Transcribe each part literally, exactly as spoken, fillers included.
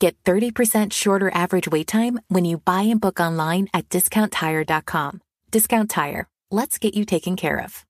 Get thirty percent shorter average wait time when you buy and book online at discount tire dot com. Discount Tire. Let's get you taken care of.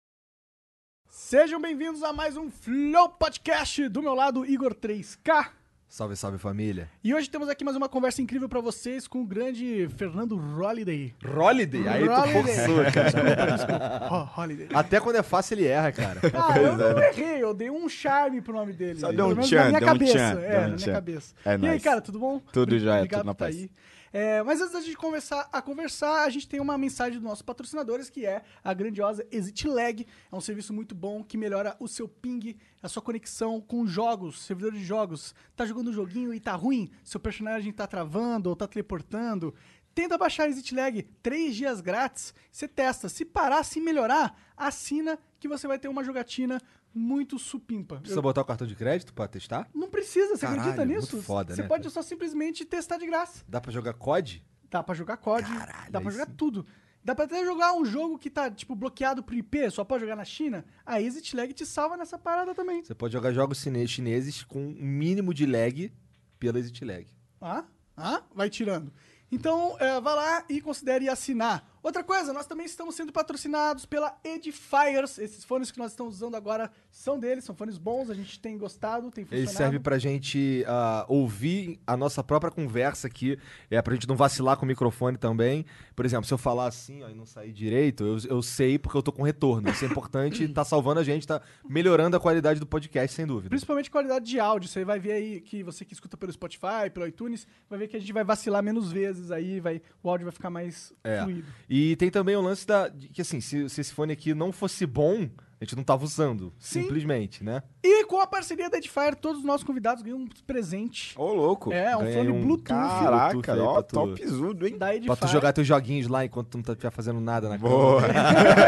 Sejam bem-vindos a mais um Flow Podcast. Do meu lado, Igor três K. Salve, salve, família. E hoje temos aqui mais uma conversa incrível pra vocês com o grande Fernando Holliday. Holiday? Aí tu forçou, cara. Desculpa, desculpa. Ho- Holliday. Até quando é fácil ele erra, cara. Ah, eu não errei, eu dei um charme pro nome dele. Só Pelo deu um menos tchan, na minha deu um cabeça. tchan, é, deu um na minha tchan. cabeça. É e aí, nóis. cara, tudo bom? Tudo jóia, Obrigado tudo na por tá paz. aí. É, mas antes da gente começar a conversar, a gente tem uma mensagem dos nossos patrocinadores, que é a grandiosa ExitLag. É um serviço muito bom que melhora o seu ping, a sua conexão com jogos, servidores de jogos. Tá jogando um joguinho e tá ruim? Seu personagem tá travando ou tá teleportando? Tenta baixar a ExitLag, três dias grátis. Você testa. Se parar, se melhorar, assina que você vai ter uma jogatina muito supimpa. Precisa Eu- botar o cartão de crédito pra testar? Não precisa, você Caralho, acredita muito nisso? foda, você né, pode cara? só simplesmente testar de graça. Dá pra jogar C O D? Dá pra jogar C O D, Caralho, dá pra aí jogar sim. tudo. Dá pra até jogar um jogo que tá, tipo, bloqueado pro I P, só pode jogar na China. A ExitLag te salva nessa parada também. Você pode jogar jogos cine- chineses com um mínimo de lag pela ExitLag. Ah, ah, vai tirando. Então, é, vá lá e considere assinar. Outra coisa, nós também estamos sendo patrocinados pela Edifiers. Esses fones que nós estamos usando agora são deles, são fones bons, a gente tem gostado, tem Ele funcionado. serve pra gente ah, ouvir a nossa própria conversa aqui, é pra gente não vacilar com o microfone também. Por exemplo, se eu falar assim ó, e não sair direito, eu, eu sei porque eu tô com retorno. Isso é importante, tá salvando a gente, tá melhorando a qualidade do podcast, sem dúvida. Principalmente qualidade de áudio. Você vai ver aí que você que escuta pelo Spotify, pelo iTunes, vai ver que a gente vai vacilar menos vezes aí, vai, o áudio vai ficar mais É. fluido. E tem também o lance da, de que, assim, se, se esse fone aqui não fosse bom, a gente não tava usando, Sim. simplesmente, né? E com a parceria da Edifier, todos os nossos convidados ganham um presente. Ô, louco. É, um Ganhei fone um Bluetooth Caraca, Bluetooth aí ó, pra tu- topzudo, hein? da Edifier. Pra tu jogar teus joguinhos lá enquanto tu não tá estiver fazendo nada na Boa. cama.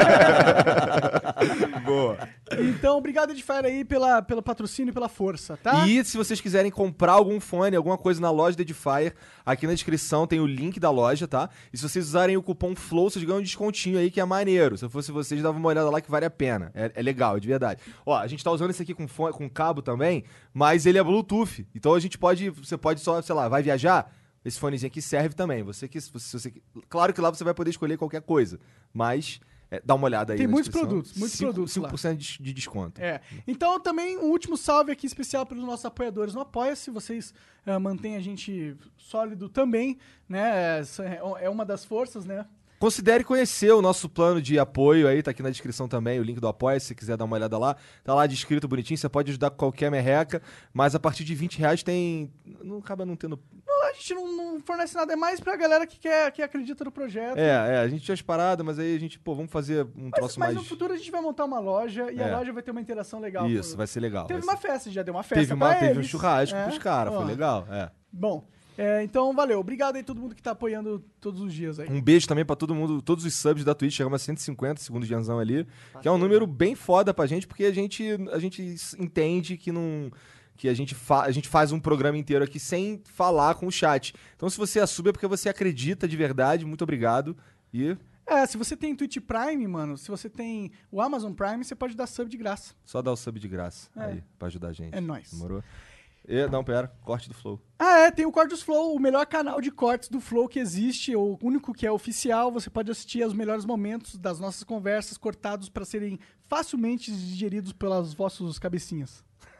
Boa. Então, obrigado, Edifier, aí, pela, pelo patrocínio e pela força, tá? E se vocês quiserem comprar algum fone, alguma coisa na loja da Edifier, aqui na descrição tem o link da loja, tá? E se vocês usarem o cupom FLOW, vocês ganham um descontinho aí que é maneiro. Se eu fosse vocês, dava uma olhada lá que vale a pena. É, é legal, de verdade. Ó, a gente tá usando esse aqui com, fone, com cabo também, mas ele é Bluetooth. Então a gente pode, você pode só, sei lá, vai viajar, esse fonezinho aqui serve também. Você que, se você, claro que lá você vai poder escolher qualquer coisa, mas é, dá uma olhada aí Tem na muitos descrição. produtos, muitos cinco, produtos lá. cinco por cento de, de desconto. É. Então, também um último salve aqui especial para os nossos apoiadores no Apoia-se. Vocês uh, mantêm a gente sólido também, né? Essa É é uma das forças, né? Considere conhecer o nosso plano de apoio aí, tá aqui na descrição também, o link do apoio, se você quiser dar uma olhada lá. Tá lá descrito bonitinho, você pode ajudar com qualquer merreca, mas a partir de vinte reais tem... Não acaba não tendo... Não, a gente não, não fornece nada, é mais pra galera que quer, que acredita no projeto. É, é, a gente tinha as paradas, mas aí a gente, pô, vamos fazer um Mas, troço mas mais... no futuro a gente vai montar uma loja e É. a loja vai ter uma interação legal. Isso, com- vai ser legal. Teve vai uma ser- festa, já deu uma festa Teve, uma, pra teve um eles. churrasco É. pros caras, Ó. foi legal, é. Bom, é, então valeu. Obrigado aí a todo mundo que tá apoiando todos os dias aí. Um beijo também pra todo mundo, todos os subs da Twitch, chegamos a cento e cinquenta, segundo o Janzão ali, que é um número bem foda pra gente, porque a gente, a gente entende que não... que a gente, fa a gente faz um programa inteiro aqui sem falar com o chat. Então se você é sub é porque você acredita de verdade, muito obrigado. E É, se você tem Twitch Prime, mano, se você tem o Amazon Prime, você pode dar sub de graça. só dá o sub de graça É. aí, pra ajudar a gente. É nóis. Demorou? E, não, pera, corte do Flow. Ah, é, tem o Cortes Flow, o melhor canal de cortes do Flow que existe, o único que é oficial. Você pode assistir aos melhores momentos das nossas conversas cortados para serem facilmente digeridos pelas vossas cabecinhas.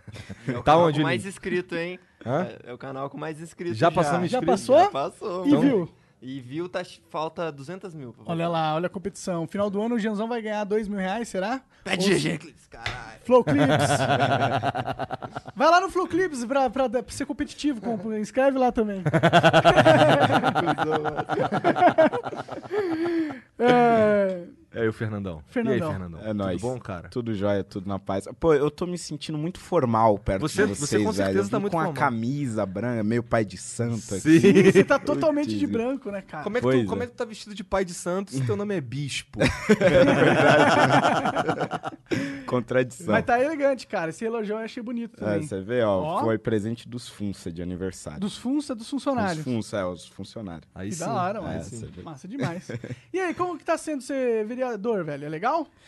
É o Tá canal onde, com mais Lin? inscrito, hein? Hã? É, é o canal com mais inscritos. Já passamos Já inscrito? passou? Já passou. E mano. viu? E viu, tá, falta duzentos mil. pra Olha voltar. lá, olha a competição. Final do ano o Janzão vai ganhar dois mil reais, será? Pede Ou- G G Clips, caralho. Flow Clips. Vai lá no Flow Clips pra, pra, pra ser competitivo. Com, inscreve lá também. é, É aí o Fernandão. Fernandão. E aí, Fernandão? É nóis. Tudo bom, cara? Tudo jóia, tudo na paz. Pô, eu tô me sentindo muito formal perto Você- de você vocês, com velho. certeza Eu tá vim muito com a formal. camisa branca, meio pai de santo Sim. aqui. Sim, você tá totalmente de Putz. branco, né, cara? Como é, que tu, Pois como é. é que tu tá vestido de pai de santo se teu nome é bispo? Contradição. Mas tá elegante, cara. Esse elogio eu achei bonito É, também. você vê, ó, Ó. foi presente dos Funça de aniversário. Dos funça, dos Os funcionários. Funça, é, os funcionários. Aí Que sim. da hora, mano. É, você vê. Massa demais. E aí, como que tá sendo ser vereador, velho? É legal?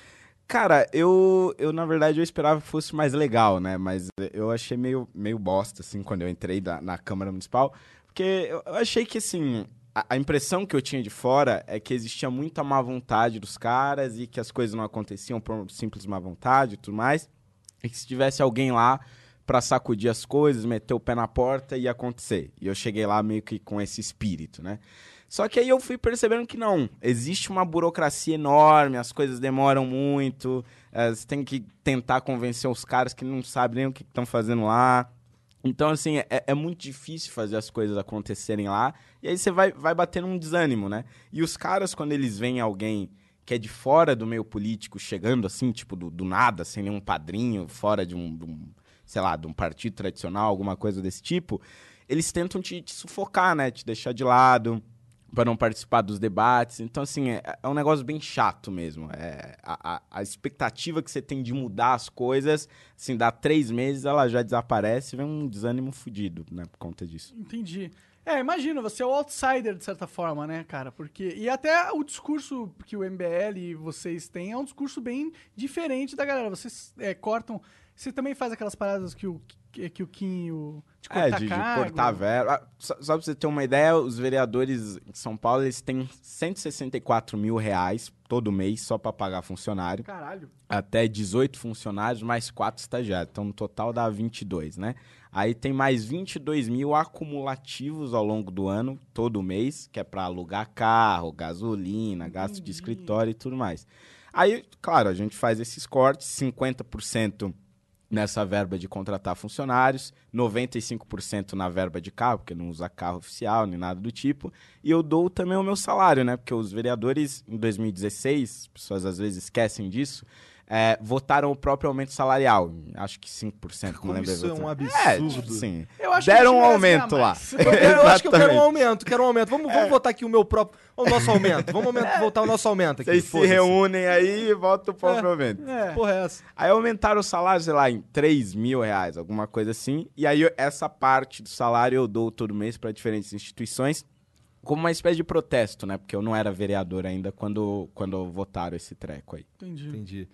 Cara, eu, eu, na verdade, eu esperava que fosse mais legal, né? Mas eu achei meio, meio bosta, assim, quando eu entrei da, na Câmara Municipal. Porque eu, eu achei que, assim, a, a impressão que eu tinha de fora é que existia muita má vontade dos caras e que as coisas não aconteciam por simples má vontade e tudo mais. E que se tivesse alguém lá pra sacudir as coisas, meter o pé na porta, ia acontecer. E eu cheguei lá meio que com esse espírito, né? Só que aí eu fui percebendo que não, existe uma burocracia enorme, as coisas demoram muito, é, você tem que tentar convencer os caras que não sabem nem o que estão fazendo lá. Então, assim, é, é muito difícil fazer as coisas acontecerem lá, e aí você vai, vai batendo um desânimo, né? E os caras, quando eles veem alguém que é de fora do meio político, chegando assim, tipo, do, do nada, sem nenhum padrinho, fora de um, de um, sei lá, de um partido tradicional, alguma coisa desse tipo, eles tentam te, te sufocar, né? Te deixar de lado, para não participar dos debates. Então, assim, é, é um negócio bem chato mesmo. É, a, a, a expectativa que você tem de mudar as coisas, assim, dá três meses, ela já desaparece e vem um desânimo fudido, né, por conta disso. Entendi. É, imagina, você é o outsider, de certa forma, né, cara? Porque... E até o discurso que o M B L e vocês têm é um discurso bem diferente da galera. Vocês é, cortam... Você também faz aquelas paradas que o, que, que o Kim... O, de cortar É, de, de cargo. cortar verba. Só, só pra você ter uma ideia, os vereadores em São Paulo, eles têm cento e sessenta e quatro mil reais todo mês só pra pagar funcionário. Caralho. Até dezoito funcionários, mais quatro estagiários. Então, no total dá vinte e dois, né? Aí tem mais vinte e dois mil acumulativos ao longo do ano, todo mês, que é pra alugar carro, gasolina, Entendi. gasto de escritório e tudo mais. Aí, claro, a gente faz esses cortes, cinquenta por cento nessa verba de contratar funcionários, noventa e cinco por cento na verba de carro, porque não usa carro oficial nem nada do tipo, e eu dou também o meu salário, né? Porque os vereadores, em dois mil e dezesseis, as pessoas às vezes esquecem disso, é, votaram o próprio aumento salarial, acho que cinco por cento, Como não lembro. isso é um absurdo. É, tipo, sim. Eu acho Deram que um a gente merece aumento ganhar lá. mais. Eu, eu acho que eu quero um Exatamente. aumento, quero um aumento. Vamos, vamos votar aqui o meu próprio... O nosso aumento. Vamos aumentar, votar o nosso aumento aqui. Vocês se foda-se. reúnem aí e votam o próprio aumento. É. Porra é essa? Aí aumentaram o salário, sei lá, em três mil reais, alguma coisa assim. E aí eu- essa parte do salário eu dou todo mês para diferentes instituições, como uma espécie de protesto, né? Porque eu não era vereador ainda quando, quando votaram esse treco aí. Entendi. Entendi.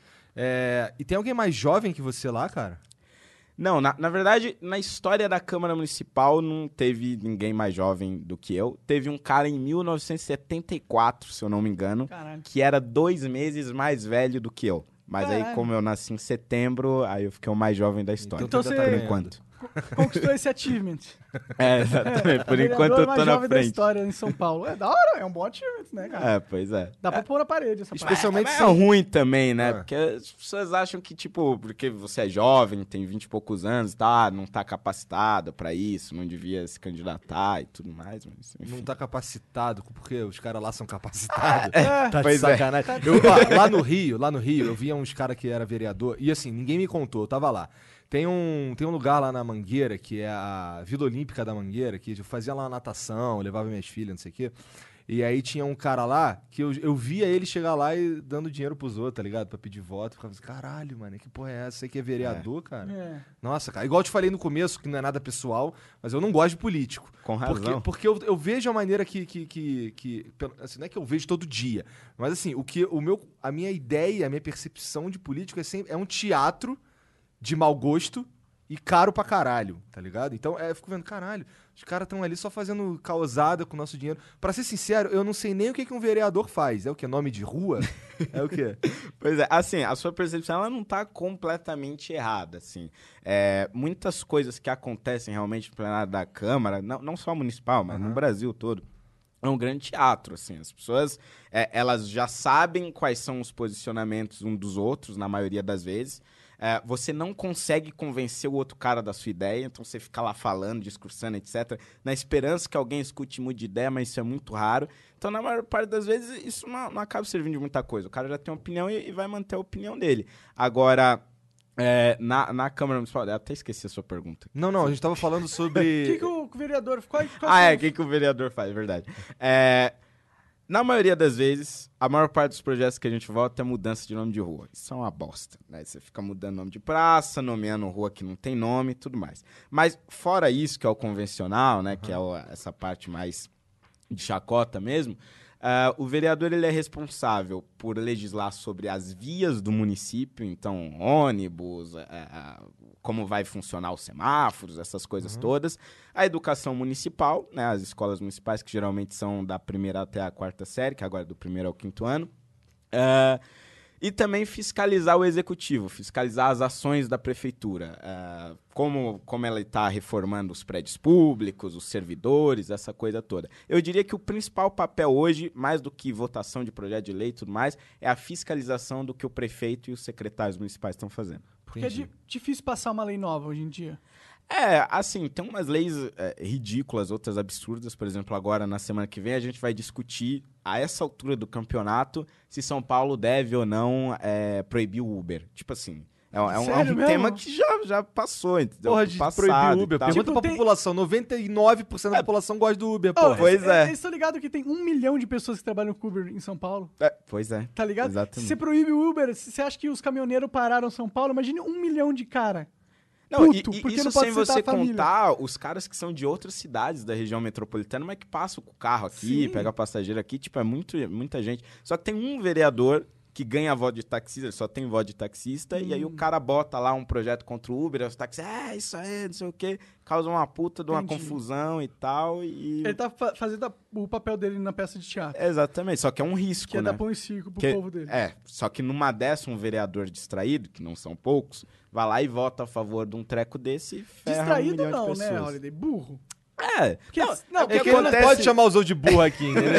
É, e tem alguém mais jovem que você lá, cara? Não, na, na verdade, na história da Câmara Municipal não teve ninguém mais jovem do que eu. Teve um cara em mil novecentos e setenta e quatro, se eu não me engano, Caralho. que era dois meses mais velho do que eu. Mas aí, Caralho. como eu nasci em setembro, aí eu fiquei o mais jovem da história. Então tu você- ainda tá por ganhando. enquanto. Conquistou esse achievement. É, exatamente. Por É, enquanto vereador eu mais tô na jovem da frente. história em São Paulo. É da hora, é um bom achievement, né, cara? É, pois é. Dá pra pôr na parede essa parada. Especialmente É, se... é ruim também, né? Ah. Porque as pessoas acham que, tipo, porque você é jovem, tem vinte e poucos anos, tá, não tá capacitado pra isso, não devia se candidatar e tudo mais, mas enfim. Não tá capacitado, porque os caras lá são capacitados. É. Tá de Pois é. sacanagem. Eu, ó, lá no Rio, lá no Rio, eu via uns caras que era vereador, e assim, ninguém me contou, eu tava lá. Tem um, tem um lugar lá na Mangueira, que é a Vila Olímpica da Mangueira, que eu fazia lá natação, eu levava minhas filhas, não sei o quê. E aí tinha um cara lá, que eu, eu via ele chegar lá e dando dinheiro pros outros, tá ligado? Pra pedir voto. Eu ficava assim, caralho, mano, que porra é essa? Você que é vereador, cara? É. Nossa, cara. Igual eu te falei no começo, que não é nada pessoal, mas eu não gosto de político. Com Porque, razão. porque eu, eu vejo a maneira que. que, que, que pelo- assim, não é que eu vejo todo dia, mas assim, o que, o meu, a minha ideia, a minha percepção de político é, sempre, é um teatro de mau gosto e caro pra caralho, tá ligado? Então é, eu fico vendo, caralho, os caras estão ali só fazendo causada com o nosso dinheiro. Pra ser sincero, eu não sei nem o que, que um vereador faz. É o quê? Nome de rua? É o quê? Pois é, assim, a sua percepção ela não tá completamente errada, assim. É, muitas coisas que acontecem realmente no plenário da Câmara, não, não só municipal, mas Aham. no Brasil todo, é um grande teatro, assim. As pessoas, é, elas já sabem quais são os posicionamentos um dos outros, na maioria das vezes. É, você não consegue convencer o outro cara da sua ideia, então você fica lá falando, discursando, etcétera, na esperança que alguém escute e mude de ideia, mas isso é muito raro. Então, na maior parte das vezes, isso não, não acaba servindo de muita coisa. O cara já tem uma opinião e, e vai manter a opinião dele. Agora, é, na, na Câmara Municipal... Eu até esqueci a sua pergunta. Não, não, a gente tava falando O sobre. que, que o vereador... Qual, qual Ah, que é, o que, que o vereador faz, é verdade. É, na maioria das vezes, a maior parte dos projetos que a gente vota é mudança de nome de rua. Isso é uma bosta, né? Você fica mudando nome de praça, nomeando rua que não tem nome e tudo mais. Mas fora isso, que é o convencional, né? Que é o- essa parte mais de chacota mesmo, Uh, o vereador ele é responsável por legislar sobre as vias do município, então ônibus, uh, uh, como vai funcionar os semáforos, essas coisas uhum. todas. A educação municipal, né, as escolas municipais que geralmente são da primeira até a quarta série, que agora é do primeiro ao quinto ano. Uh, E também fiscalizar o executivo, fiscalizar as ações da prefeitura, uh, como, como ela está reformando os prédios públicos, os servidores, essa coisa toda. Eu diria que o principal papel hoje, mais do que votação de projeto de lei e tudo mais, é a fiscalização do que o prefeito e os secretários municipais estão fazendo. Porque Entendi. é di- difícil passar uma lei nova hoje em dia. É, assim, tem umas leis é, ridículas, outras absurdas. Por exemplo, agora, na semana que vem, a gente vai discutir, a essa altura do campeonato, se São Paulo deve ou não é, proibir o Uber. Tipo assim, é, é um, é um tema que já, já passou, entendeu? Porra, de passado proibir o Uber. tal. Pergunta Tipo, pra tem... população, noventa e nove por cento da É. população gosta do Uber, Oh, porra. Pois é. Vocês estão ligados que tem um milhão de pessoas que trabalham com Uber em São Paulo? É, pois é. Tá ligado? Exatamente. Se você proíbe o Uber, se você acha que os caminhoneiros pararam São Paulo, imagine um milhão de cara. Não, Puto, e, e porque isso não pode sem citar você a família. contar os caras que são de outras cidades da região metropolitana, mas que passam com o carro aqui, Sim. pega passageiro aqui, tipo, é muito, muita gente. Só que tem um vereador que ganha voto de taxista, ele só tem voto de taxista, hum. e aí o cara bota lá um projeto contra o Uber, os taxistas, é, isso aí, não sei o quê, causa uma puta de uma Entendi. confusão e tal, e... Ele tá fa- fazendo a- o papel dele na peça de teatro. Exatamente, só que é um risco, Que é né? dar pão e circo pro Que- povo dele. É, só que numa dessa, um vereador distraído, que não são poucos, vai lá e vota a favor de um treco desse e ferra um Distraído milhão não, de né, pessoas. Holiday? Burro. É, Porque, não, não, É porque que ele não acontece- pode chamar os outros de burro aqui, entendeu?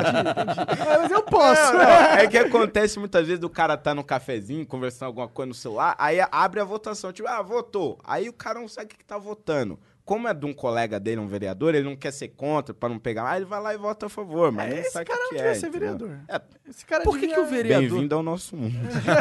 É, mas eu posso. Não, não, é que acontece muitas vezes do cara tá no cafezinho, conversando alguma coisa no celular, aí abre a votação, tipo, ah, votou. Aí o cara não sabe o que, que tá votando. Como é de um colega dele, um vereador, ele não quer ser contra pra não pegar, aí ele vai lá e vota a favor, mas É, não esse sabe o cara que, não que devia é. ser entendeu? vereador. É, Esse cara Por que, devia- que o vereador... bem-vindo ao nosso mundo.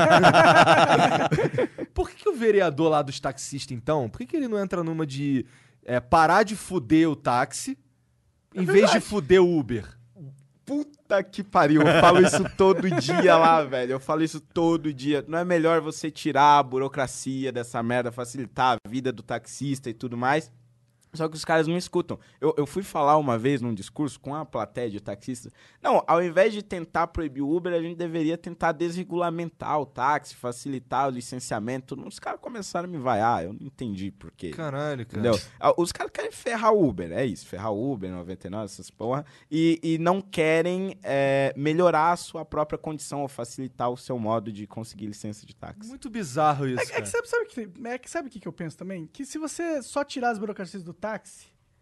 Por que, que o vereador lá dos taxistas, então, por que, que ele não entra numa de é, parar de fuder o táxi em vez de fuder o Uber? Puta que pariu, eu falo isso todo dia lá, velho. Eu falo isso todo dia. Não é melhor você tirar a burocracia dessa merda, facilitar a vida do taxista e tudo mais? Só que os caras não escutam. Eu, eu fui falar uma vez num discurso com a plateia de taxistas. Não, ao invés de tentar proibir o Uber, a gente deveria tentar desregulamentar o táxi, facilitar o licenciamento. Tudo. Os caras começaram a me vaiar, eu não entendi por quê. Caralho, cara. Entendeu? Ah, Os caras querem ferrar o Uber, é isso. Ferrar o Uber, noventa e nove, essas porra. E, e não querem é, melhorar a sua própria condição ou facilitar o seu modo de conseguir licença de táxi. Muito bizarro isso, É, que- é cara. que sabe, sabe, que, é que sabe o que, que eu penso também? Que se você só tirar as burocracias do táxi,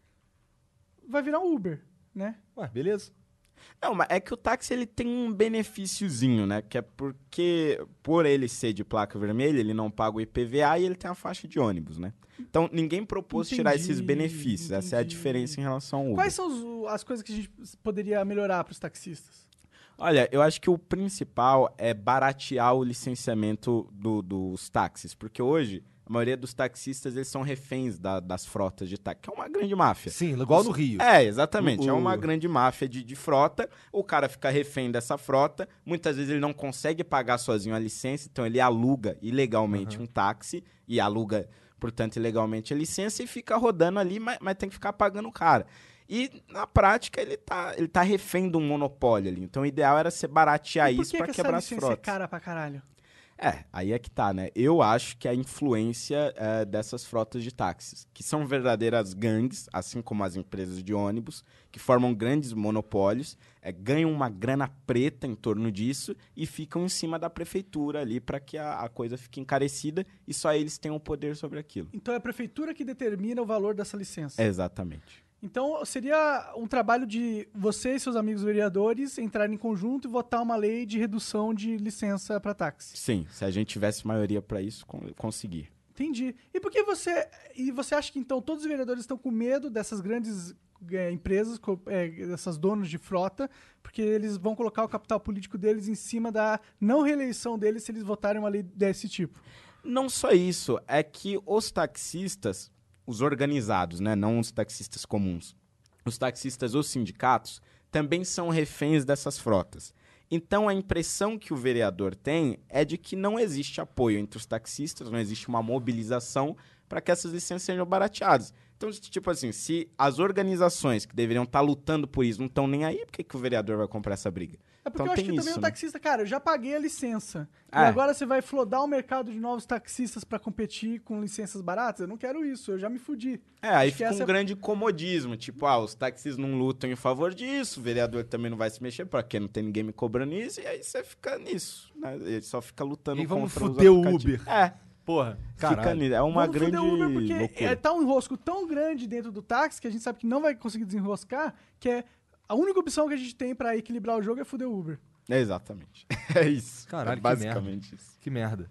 vai virar um Uber, né? Ué, beleza. Não, mas é que o táxi ele tem um benefíciozinho, né? Que é porque, por ele ser de placa vermelha, ele não paga o I P V A e ele tem a faixa de ônibus, né? Então, ninguém propôs tirar Entendi, esses benefícios. Essa é a entendi. diferença em relação ao Uber. Quais são os- as coisas que a gente poderia melhorar para os taxistas? Olha, eu acho que o principal é baratear o licenciamento do- dos táxis. Porque hoje, a maioria dos taxistas, eles são reféns da- das frotas de táxi, que é uma grande máfia. Sim, igual no Rio. É, exatamente. O- É uma o- grande máfia de, de frota. O cara fica refém dessa frota. Muitas vezes ele não consegue pagar sozinho a licença, então ele aluga ilegalmente um táxi e aluga, portanto, ilegalmente a licença e fica rodando ali, mas, mas tem que ficar pagando o cara. E, na prática, ele tá, ele tá refém de um monopólio ali. Então, o ideal era ser baratear E por isso que pra que quebrar essa as licença é frotas. cara pra caralho? É, aí é que tá, né? Eu acho que a influência é, dessas frotas de táxis, que são verdadeiras gangues, assim como as empresas de ônibus, que formam grandes monopólios, é, ganham uma grana preta em torno disso e ficam em cima da prefeitura ali para que a, a coisa fique encarecida e só eles tenham poder sobre aquilo. Então é a prefeitura que determina o valor dessa licença. Exatamente. Então seria um trabalho de você e seus amigos vereadores entrarem em conjunto e votar uma lei de redução de licença para táxi. Sim, se a gente tivesse maioria para isso, con- conseguir. Entendi. E por que você. E você acha que então todos os vereadores estão com medo dessas grandes é, empresas, co- é, dessas donos de frota, porque eles vão colocar o capital político deles em cima da não reeleição deles se eles votarem uma lei desse tipo? Não só isso, é que os taxistas, os organizados, né, não os taxistas comuns, os taxistas, os sindicatos, também são reféns dessas frotas. Então, a impressão que o vereador tem é de que não existe apoio entre os taxistas, não existe uma mobilização para que essas licenças sejam barateadas. Então, tipo assim, se as organizações que deveriam estar lutando por isso não estão nem aí, por que, que o vereador vai comprar essa briga? É porque Então eu acho tem que também isso, o né? taxista, cara, eu já paguei a licença. E É. agora você vai flodar o mercado de novos taxistas pra competir com licenças baratas? Eu não quero isso, eu já me fudi. É, aí Acho que fica essa um é- grande comodismo, tipo, ah, os taxistas não lutam em favor disso, o vereador também não vai se mexer, porque não tem ninguém me cobrando isso, e aí você fica nisso, né? Ele só fica lutando E vamos contra os fuder o aplicativos. Uber. É, Porra, fica caralho. nisso. É uma Vamos fuder grande o Uber porque loucura. é, tá um enrosco tão grande dentro do táxi que a gente sabe que não vai conseguir desenroscar, que é a única opção que a gente tem pra equilibrar o jogo é fuder o Uber. É exatamente. É isso. Caralho, é que basicamente isso. Que merda.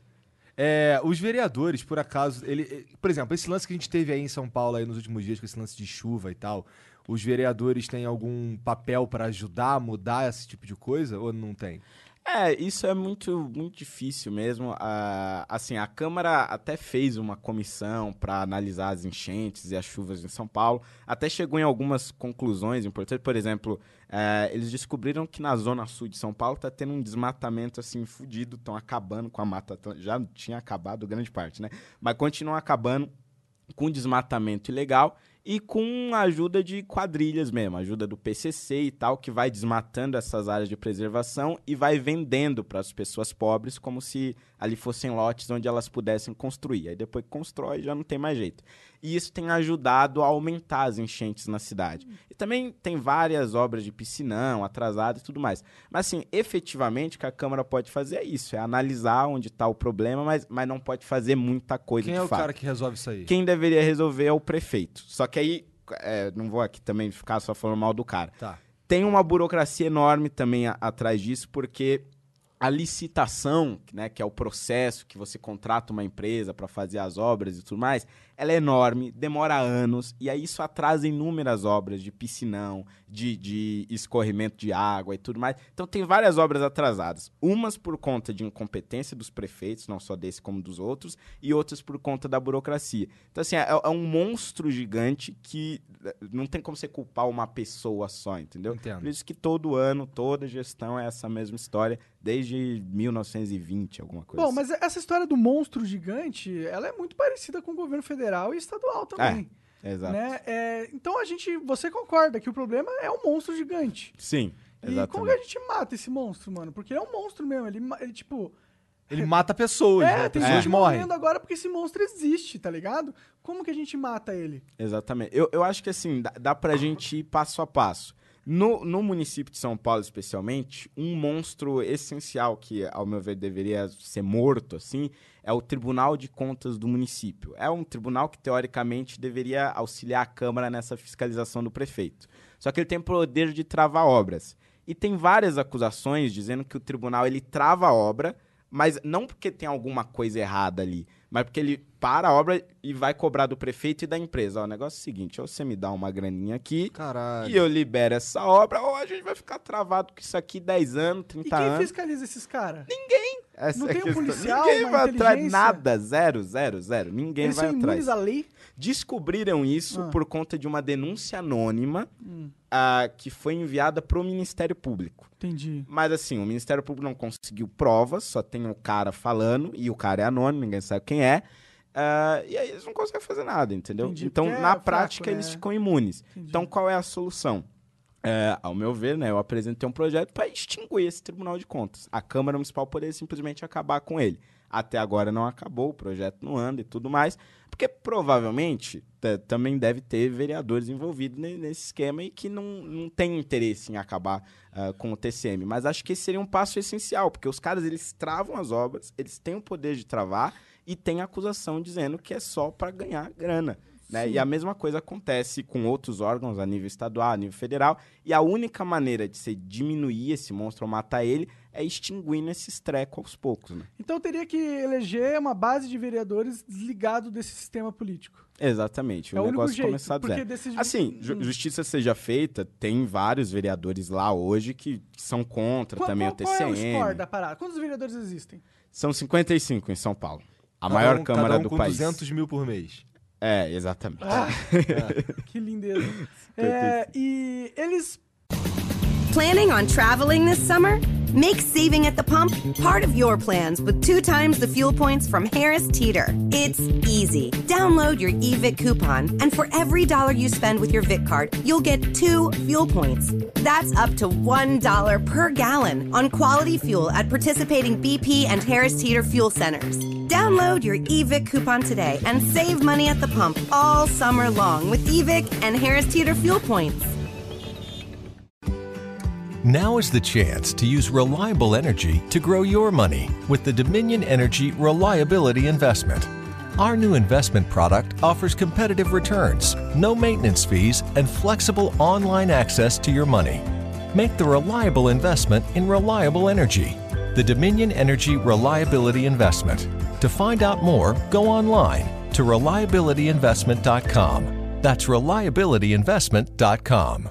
É, os vereadores, por acaso, ele, eh, por exemplo, esse lance que a gente teve aí em São Paulo aí nos últimos dias, com esse lance de chuva e tal, os vereadores têm algum papel pra ajudar a mudar esse tipo de coisa ou não tem? É, isso é muito, muito difícil mesmo. Ah, assim, a Câmara até fez uma comissão para analisar as enchentes e as chuvas em São Paulo. Até chegou em algumas conclusões importantes. Por exemplo, eh, eles descobriram que na zona sul de São Paulo está tendo um desmatamento assim fudido. Estão acabando com a Mata Atlântica. Já tinha acabado grande parte, né? Mas continuam acabando com desmatamento ilegal e com a ajuda de quadrilhas mesmo, ajuda do P C C e tal, que vai desmatando essas áreas de preservação e vai vendendo para as pessoas pobres como se ali fossem lotes onde elas pudessem construir. Aí depois que constrói já não tem mais jeito. E isso tem ajudado a aumentar as enchentes na cidade. E também tem várias obras de piscinão, atrasadas e tudo mais. Mas assim, efetivamente o que a Câmara pode fazer é isso, é analisar onde está o problema, mas, mas não pode fazer muita coisa Quem de é o fato. cara que resolve isso aí? Quem deveria resolver é o prefeito. Só que aí, é, não vou aqui também ficar só falando mal do cara. Tá. Tem uma burocracia enorme também a- atrás disso, porque a licitação, né, que é o processo que você contrata uma empresa para fazer as obras e tudo mais, ela é enorme, demora anos, e aí isso atrasa inúmeras obras de piscinão, de, de escorrimento de água e tudo mais. Então tem várias obras atrasadas, umas por conta de incompetência dos prefeitos, não só desse como dos outros, e outras por conta da burocracia. Então assim, é, é um monstro gigante que não tem como você culpar uma pessoa só, entendeu? Entendo. Por isso que todo ano, toda gestão é essa mesma história, desde mil novecentos e vinte, alguma coisa Bom, assim. mas essa história do monstro gigante, ela é muito parecida com o governo federal e estadual também. Exato. Né? É, então a gente, você concorda que o problema é um monstro gigante. Sim, E como que a exatamente. gente mata esse monstro, mano? Porque ele é um monstro mesmo. Ele, ma- ele tipo. Ele mata pessoas, É, né? tem Pessoas gente morrem. morrendo agora porque esse monstro existe, tá ligado? Como que a gente mata ele? Exatamente. Eu, eu acho que assim, dá, dá pra gente ir passo a passo. No, no município de São Paulo, especialmente, um monstro essencial que, ao meu ver, deveria ser morto, assim, é o Tribunal de Contas do município. É um tribunal que, teoricamente, deveria auxiliar a Câmara nessa fiscalização do prefeito. Só que ele tem poder de travar obras. E tem várias acusações dizendo que o tribunal ele trava a obra, mas não porque tem alguma coisa errada ali, mas porque ele para a obra e vai cobrar do prefeito e da empresa. Ó, o negócio é o seguinte, ou você me dá uma graninha aqui Caralho. e eu libero essa obra, ou a gente vai ficar travado com isso aqui dez anos, E trinta quem anos. fiscaliza esses caras? Essa não é a tem um questão. policial, Ninguém uma vai atrás, inteligência? nada, zero, zero, zero. Ninguém Eles vai são atrás. imunes à lei? Descobriram isso Ah. por conta de uma denúncia anônima Hum, ah, que foi enviada para o Ministério Público. entendi. Mas assim, o Ministério Público não conseguiu provas, só tem o cara falando, e o cara é anônimo, ninguém sabe quem é. ah, e aí eles não conseguem fazer nada, entendeu? Entendi, Então, porque é na fraco, prática, né? eles ficam imunes. Entendi. Então, qual é a solução? É, ao meu ver, né, eu apresentei um projeto para extinguir esse Tribunal de Contas. A Câmara Municipal poderia simplesmente acabar com ele. Até agora não acabou, o projeto não anda e tudo mais, porque provavelmente t- também deve ter vereadores envolvidos ne- nesse esquema e que não, não tem interesse em acabar ah, com o T C M. Mas acho que esse seria um passo essencial, porque os caras eles travam as obras, eles têm o poder de travar e tem acusação dizendo que é só para ganhar grana. Né? E a mesma coisa acontece com outros órgãos a nível estadual, a nível federal, e a única maneira de você diminuir esse monstro ou matar ele é extinguindo esses trecos aos poucos. Né? Então teria que eleger uma base de vereadores desligado desse sistema político. Exatamente, É o o único negócio jeito, começar do porque zero. desses- Assim, ju- Hum. justiça seja feita, tem vários vereadores lá hoje que que são contra Qual, também qual, o T qual C é o M. score da parada? Quantos vereadores existem? São cinquenta e cinco em São Paulo. A Cada maior um- Câmara cada um do com país. duzentos mil por mês. É, exatamente. Ah, que lindeza. É, e eles Planning on traveling this summer? Make saving at the pump part of your plans with two times the fuel points from Harris Teeter. It's easy. Download your E V I C coupon, and for every dollar you spend with your V I C card, you'll get two fuel points. That's up to one dollar per gallon on quality fuel at participating B P and Harris Teeter fuel centers. Download your E V I C coupon today and save money at the pump all summer long with E V I C and Harris Teeter fuel points. Now is the chance to use reliable energy to grow your money with the Dominion Energy Reliability Investment. Our new investment product offers competitive returns, no maintenance fees, and flexible online access to your money. Make the reliable investment in reliable energy. The Dominion Energy Reliability Investment. To find out more, go online to reliability investment dot com. That's reliability investment dot com.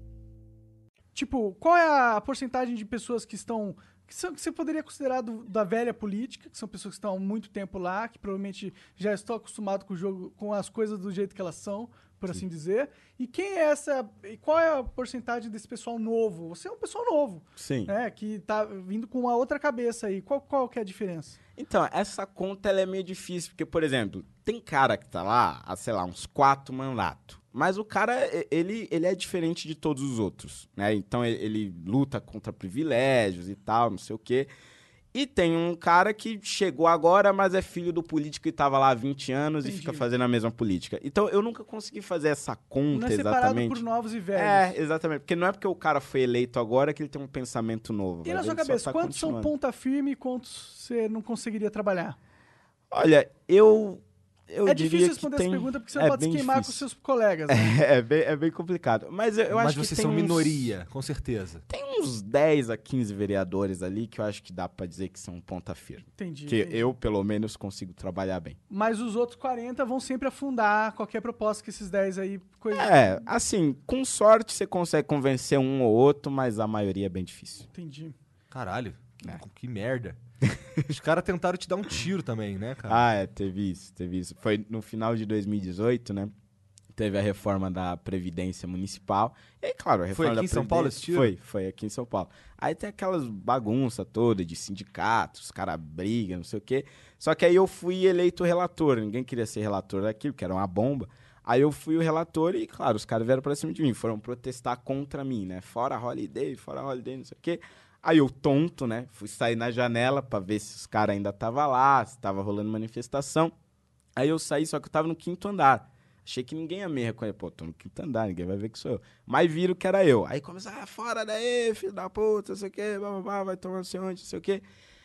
Tipo, qual é a porcentagem de pessoas que estão... Que, são, que você poderia considerar do, da velha política, que são pessoas que estão há muito tempo lá, que provavelmente já estão acostumados com o jogo, com as coisas do jeito que elas são, por Sim. assim dizer. E quem é essa... E qual é a porcentagem desse pessoal novo? Você é um pessoal novo. Sim. Né, que tá vindo com uma outra cabeça aí. Qual, qual que é a diferença? Então, essa conta ela é meio difícil, porque, por exemplo, tem cara que tá lá há, sei lá, uns quatro mandatos. Mas o cara, ele, ele é diferente de todos os outros, né? Então, ele, ele luta contra privilégios e tal, não sei o quê. E tem um cara que chegou agora, mas é filho do político que estava lá há vinte anos Entendi. E fica fazendo a mesma política. Então, eu nunca consegui fazer essa conta, não é separado exatamente. por novos e velhos. É, exatamente. Porque não é porque o cara foi eleito agora que ele tem um pensamento novo. E na sua cabeça, tá quantos são ponta firme e quantos você não conseguiria trabalhar? Olha, eu... Eu é difícil responder tem... essa pergunta porque você não é pode se queimar difícil. com seus colegas. Né? É, é, bem, é bem complicado. Mas eu, eu Mas acho que vocês tem são uns... minoria, com certeza. Tem uns dez a quinze vereadores ali que eu acho que dá pra dizer que são ponta firme. Entendi. Que entendi. eu, pelo menos, consigo trabalhar bem. Mas os outros quarenta vão sempre afundar qualquer proposta que esses dez aí... Coisa... É, assim, com sorte você consegue convencer um ou outro, mas a maioria é bem difícil. Entendi. Caralho, que, É. que merda. Os caras tentaram te dar um tiro também, né, cara? Ah, é, teve isso, teve isso. Foi no final de dois mil e dezoito, né? Teve a reforma da Previdência Municipal. E aí, claro, a Foi reforma aqui da em São Paulo Previdência- esse tiro? Foi, foi aqui em São Paulo. Aí tem aquelas bagunças todas de sindicatos, os caras brigam, não sei o quê. Só que aí eu fui eleito relator, ninguém queria ser relator daquilo, porque era uma bomba. Aí eu fui o relator e, claro, os caras vieram pra cima de mim, foram protestar contra mim, né? Fora Holiday, fora Holiday, não sei o quê. Aí eu, tonto, né? Fui sair na janela pra ver se os caras ainda estavam lá, se tava rolando manifestação. Aí eu saí, só que eu tava no quinto andar. Achei que ninguém ia me reconhecer. Pô, tô no quinto andar, ninguém vai ver que sou eu. Mas viram que era eu. Aí começaram, ah, fora daí, filho da puta, não sei o quê, blá, blá, blá, vai tomar não sei onde, não sei o quê.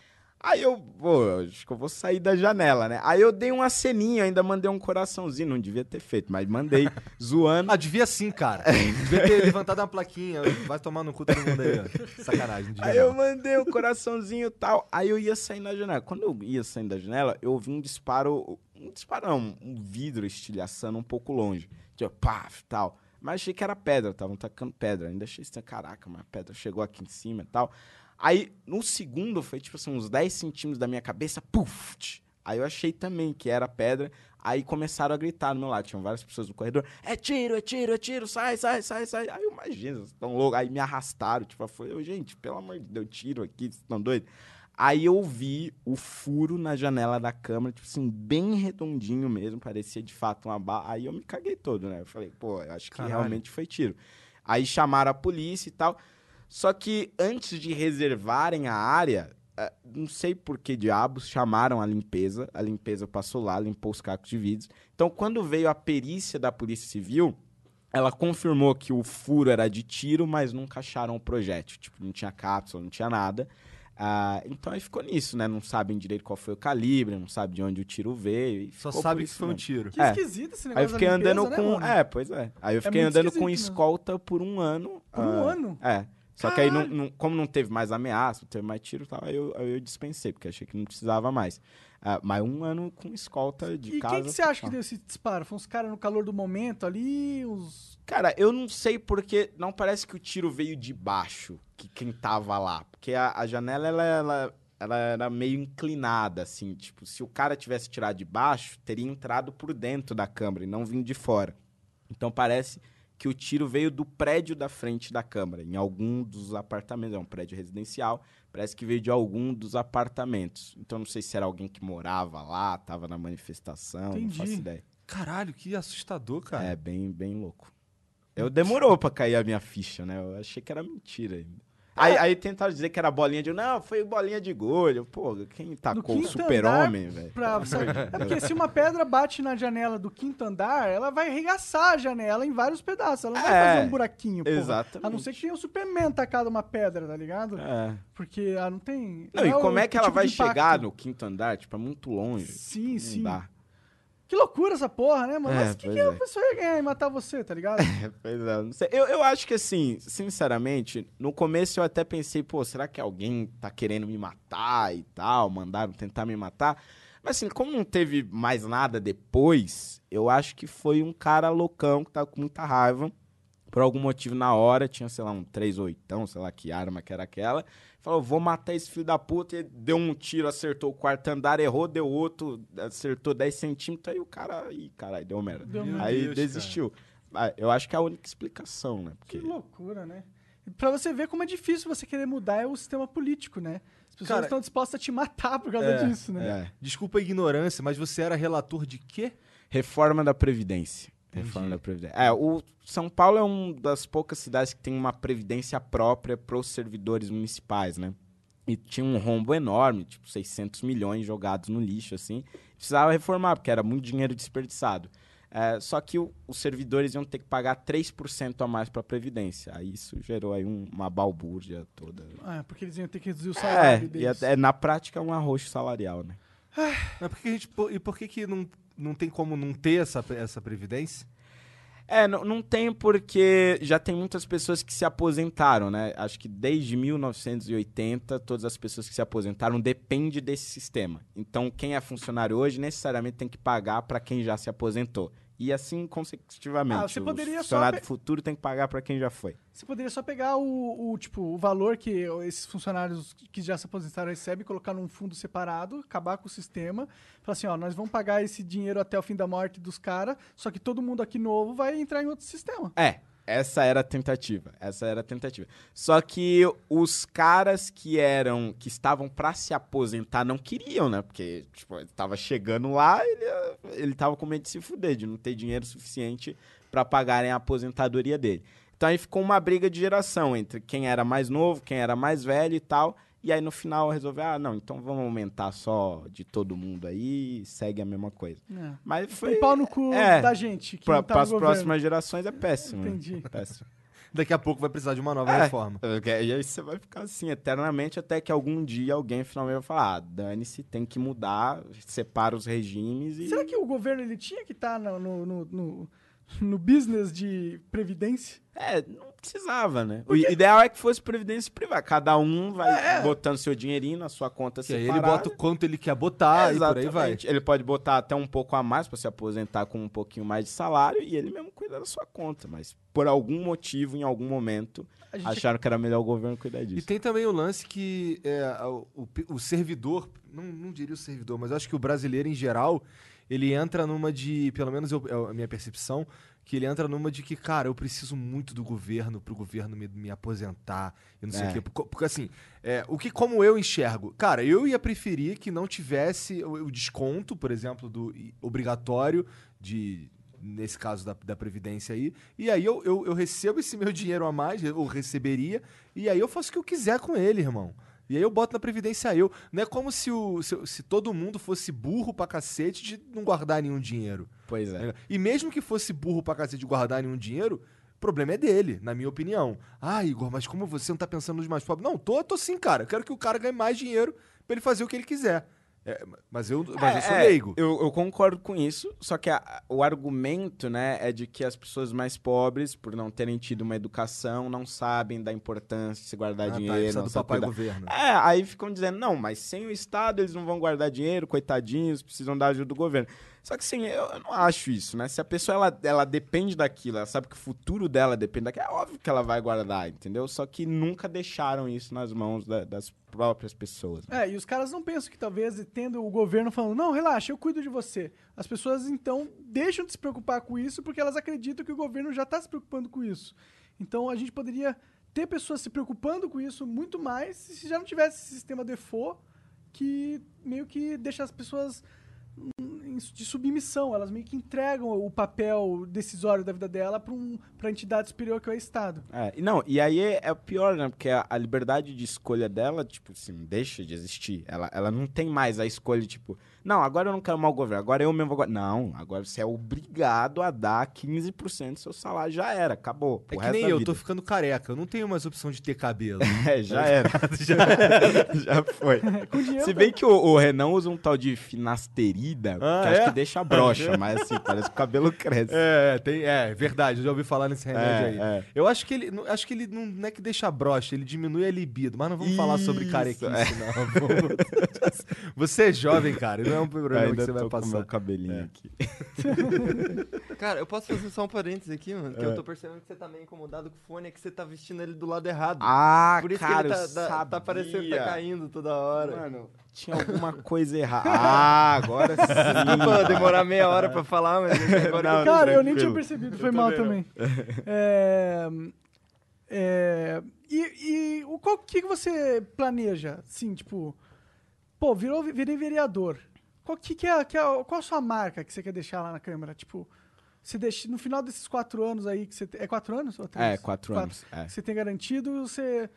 Aí eu, pô, acho que eu vou sair da janela, né? Aí eu dei uma ceninha, ainda mandei um coraçãozinho, não devia ter feito, mas mandei, zoando. Ah, devia sim, cara. Devia ter levantado uma plaquinha. Vai tomar no cu todo mundo aí, ó. Sacanagem. Não devia Aí eu não. mandei o coraçãozinho e tal. Aí eu ia sair da janela. Quando eu ia saindo da janela, eu ouvi um disparo. Um disparo, não, um vidro estilhaçando um pouco longe. Tipo, pá, tal. Mas achei que era pedra, estavam tacando pedra. Ainda achei estranho, caraca, mas a pedra chegou aqui em cima e tal. Aí, no segundo, foi tipo assim, uns dez centímetros da minha cabeça, puf! Tch. Aí eu achei também que era pedra. Aí começaram a gritar no meu lado. Tinham várias pessoas no corredor. É tiro, é tiro, é tiro, sai, sai, sai, sai. Aí eu imagino, vocês estão loucos. Aí me arrastaram. Tipo, eu falei, gente, pelo amor de Deus, tiro aqui, vocês estão doidos? Aí eu vi o furo na janela da câmera, tipo assim, bem redondinho mesmo. Parecia de fato uma bala. Aí eu me caguei todo, né? Eu falei, pô, eu acho que Caralho. realmente foi tiro. Aí chamaram a polícia e tal. Só que antes de reservarem a área, eh, não sei por que diabos, chamaram a limpeza. A limpeza passou lá, limpou os cacos de vidros. Então, quando veio a perícia da Polícia Civil, ela confirmou que o furo era de tiro, mas nunca acharam o projétil. Tipo, não tinha cápsula, não tinha nada. Ah, então aí ficou nisso, né? Não sabem direito qual foi o calibre, não sabem de onde o tiro veio. E Só ficou sabe por que isso foi um mesmo. tiro. Que É. esquisito esse negócio Aí eu fiquei da limpeza, andando né, com. mano? É, pois é. Aí eu fiquei muito andando esquisito, com né? escolta por um ano. Por um ah, ano? É. Só que aí, não, Caralho. não- como não teve mais ameaça, não teve mais tiro e tal, aí eu, aí eu dispensei, porque achei que não precisava mais. Ah, mas um ano com escolta de E casa. quem que você acha que só. deu esse disparo? Foi uns caras no calor do momento ali, uns... Cara, eu não sei porque não parece que o tiro veio de baixo, que quem tava lá. Porque a, a janela, ela, ela, ela era meio inclinada, assim. Tipo, se o cara tivesse tirado de baixo, teria entrado por dentro da câmera e não vindo de fora. Então parece que o tiro veio do prédio da frente da Câmara, em algum dos apartamentos. É um prédio residencial, parece que veio de algum dos apartamentos. Então, não sei se era alguém que morava lá, tava na manifestação, Entendi. não faço ideia. Caralho, que assustador, cara. É, bem, bem louco. Eu demorou pra cair a minha ficha, né? Eu achei que era mentira ainda. Aí, aí tentaram dizer que era bolinha de... Não, foi bolinha de gol. Pô, quem tacou? O quinto super-homem, andar, velho? pra- É porque se uma pedra bate na janela do quinto andar, ela vai arregaçar a janela em vários pedaços. Ela não vai É, fazer um buraquinho, porra. exatamente. A não ser que tenha o Superman tacado uma pedra, tá ligado? É. Porque ela não tem... Não, e é o como é que ela tipo vai de impacto. chegar no quinto andar? Tipo, é muito longe. Sim, Não sim. dá. Que loucura essa porra, né, mano? É, Mas o que, pois que a é. pessoa ia ganhar em matar você, tá ligado? Pois é, não sei. Eu, eu acho que, assim, sinceramente, no começo eu até pensei, pô, será que alguém tá querendo me matar e tal? Mandaram tentar me matar. Mas, assim, como não teve mais nada depois, eu acho que foi um cara loucão que tava com muita raiva. Por algum motivo, na hora, tinha, sei lá, um três oitão, sei lá que arma que era aquela. Falou, vou matar esse filho da puta. E deu um tiro, acertou o quarto andar, errou, deu outro, acertou dez centímetros. Aí o cara, ih, caralho, deu merda. Deu Meu merda. Aí Deus, desistiu. Ah, eu acho que é a única explicação, né? Que Porque... loucura, né? E pra você ver como é difícil você querer mudar é o sistema político, né? As pessoas Cara, estão dispostas a te matar por causa é, disso, né? É. Desculpa a ignorância, mas você era relator de quê? Reforma da Previdência. Reforma da Previdência. É, o São Paulo é uma das poucas cidades que tem uma previdência própria para os servidores municipais, né? E tinha um rombo enorme, tipo seiscentos milhões jogados no lixo, assim. Precisava reformar, porque era muito dinheiro desperdiçado. É, só que o, os servidores iam ter que pagar três por cento a mais para a Previdência. Aí isso gerou aí um- uma balbúrdia toda. Ah, porque eles iam ter que reduzir o É, salário e deles. é, é, na prática é um arroxo salarial, né? Mas por que a gente, po- e por que, que não, não tem como não ter essa, essa previdência? É, não, não tem porque já tem muitas pessoas que se aposentaram, né? Acho que desde mil novecentos e oitenta, todas as pessoas que se aposentaram dependem desse sistema. Então, quem é funcionário hoje necessariamente tem que pagar para quem já se aposentou. E assim consecutivamente. Ah, você poderia o só funcionário pe- do futuro tem que pagar para quem já foi. Você poderia só pegar o, o, tipo, o valor que esses funcionários que já se aposentaram recebem, colocar num fundo separado, acabar com o sistema, falar assim, ó, nós vamos pagar esse dinheiro até o fim da morte dos caras, só que todo mundo aqui novo vai entrar em outro sistema. É, essa era a tentativa. Essa era a tentativa. Só que os caras que eram, que estavam pra se aposentar não queriam, né? Porque, tipo, ele tava chegando lá, ele, ele tava com medo de se fuder, de não ter dinheiro suficiente pra pagarem a aposentadoria dele. Então aí ficou uma briga de geração entre quem era mais novo, quem era mais velho e tal. E aí no final resolveu, ah, não, então vamos aumentar só de todo mundo aí e segue a mesma coisa. É. Mas foi... Foi pau no cu é, da gente que Pra, não tá para no as governo. próximas gerações é péssimo. né? Entendi. Péssimo. Daqui a pouco vai precisar de uma nova É. reforma. E aí você vai ficar assim eternamente até que algum dia alguém finalmente vai falar, ah, dane-se, tem que mudar, separa os regimes e... Será que o governo ele tinha que estar no, no, no, no, no business de previdência? É, não precisava, né? O ideal é que fosse previdência privada. Cada um vai botando seu dinheirinho na sua conta Que aí separada. ele bota o quanto ele quer botar e por aí vai. Exatamente. Ele pode botar até um pouco a mais para se aposentar com um pouquinho mais de salário e ele mesmo cuida da sua conta. Mas por algum motivo, em algum momento, A gente- acharam que era melhor o governo cuidar E disso. tem também o lance que é, o, o, o servidor, não, não diria o servidor, mas eu acho que o brasileiro em geral, ele entra numa de, pelo menos eu, é a minha percepção, que ele entra numa de que, cara, eu preciso muito do governo pro governo me, me aposentar e não sei É. o quê. Porque, porque, assim, é, o que como eu enxergo? Cara, eu ia preferir que não tivesse o, o desconto, por exemplo, do i- obrigatório de... Nesse caso da, da Previdência aí. E aí eu, eu, eu recebo esse meu dinheiro a mais, eu receberia, e aí eu faço o que eu quiser com ele, irmão. E aí eu boto na Previdência eu. Não é como se, o, se, se todo mundo fosse burro pra cacete de não guardar nenhum dinheiro. Pois é. E mesmo que fosse burro pra cacete de guardar nenhum dinheiro, o problema é dele, na minha opinião. Ah, Igor, mas como você não tá pensando nos mais pobres? Não, tô, tô sim, cara. Eu quero que o cara ganhe mais dinheiro pra ele fazer o que ele quiser. É, mas eu, mas eu sou É, leigo. Eu, eu concordo com isso, só que a- o argumento, né, é de que as pessoas mais pobres, por não terem tido uma educação, não sabem da importância de se guardar Ah, tá, dinheiro. precisa não do sabem papai cuidar. governo. É, aí ficam dizendo, não, mas sem o Estado eles não vão guardar dinheiro, coitadinhos, precisam da ajuda do governo. Só que assim, eu, eu não acho isso, né? Se a pessoa, ela, ela depende daquilo, ela sabe que o futuro dela depende daquilo, é óbvio que ela vai guardar, entendeu? Só que nunca deixaram isso nas mãos da- das próprias pessoas. né? É, e os caras não pensam que talvez tendo o governo falando, não, relaxa, eu cuido de você. As pessoas, então, deixam de se preocupar com isso porque elas acreditam que o governo já está se preocupando com isso. Então, a gente poderia ter pessoas se preocupando com isso muito mais se já não tivesse esse sistema default que meio que deixa as pessoas de submissão. Elas meio que entregam o papel decisório da vida dela para um, a entidade superior que é o Estado. É, e não, e aí é, é o pior, né? Porque a, a liberdade de escolha dela, tipo assim, deixa de existir. Ela, ela não tem mais a escolha, tipo, não, agora eu não quero mal governo, agora eu mesmo vou... Não, agora você é obrigado a dar quinze por cento do seu salário. Já era, acabou. É que nem eu, tô ficando careca. Eu não tenho mais opção de ter cabelo. É, já era. já, era. já foi. Com dinheiro, Se bem que o, o Renan usa um tal de finasterida, Ah, que é? acho que deixa a brocha, mas assim, parece que o cabelo cresce. É, tem, é, verdade, eu já ouvi falar nesse remédio É, aí. é. Eu acho que ele, não- acho que ele não, não é que deixa broxa, ele diminui a libido, mas não vamos falar sobre Isso, carequice, é. não. Vamos- Você é jovem, cara, e não é um problema Ainda que você vai tô com passar. meu cabelinho aqui. Cara, eu posso fazer só um parênteses aqui, mano? Que eu tô percebendo que você tá meio incomodado com o fone, é que você tá vestindo ele do lado errado. Ah, Por isso cara, que ele eu tá, tá, tá parecendo que tá sabia. caindo toda hora. Mano, tinha alguma coisa errada. Ah, agora sim. Desculpa demorar meia hora pra falar, mas agora Não, eu- Cara, eu nem tranquilo. tinha percebido, foi mal também. É, é, e e o qual que, que você planeja? Assim, tipo, pô, virou, virei vereador. Qual que, que é, que é, qual a sua marca que você quer deixar lá na Câmara? Tipo, você deixa, no final desses quatro anos aí que você tem, é quatro anos ou três? É, quatro anos, é. Que você tem garantido, você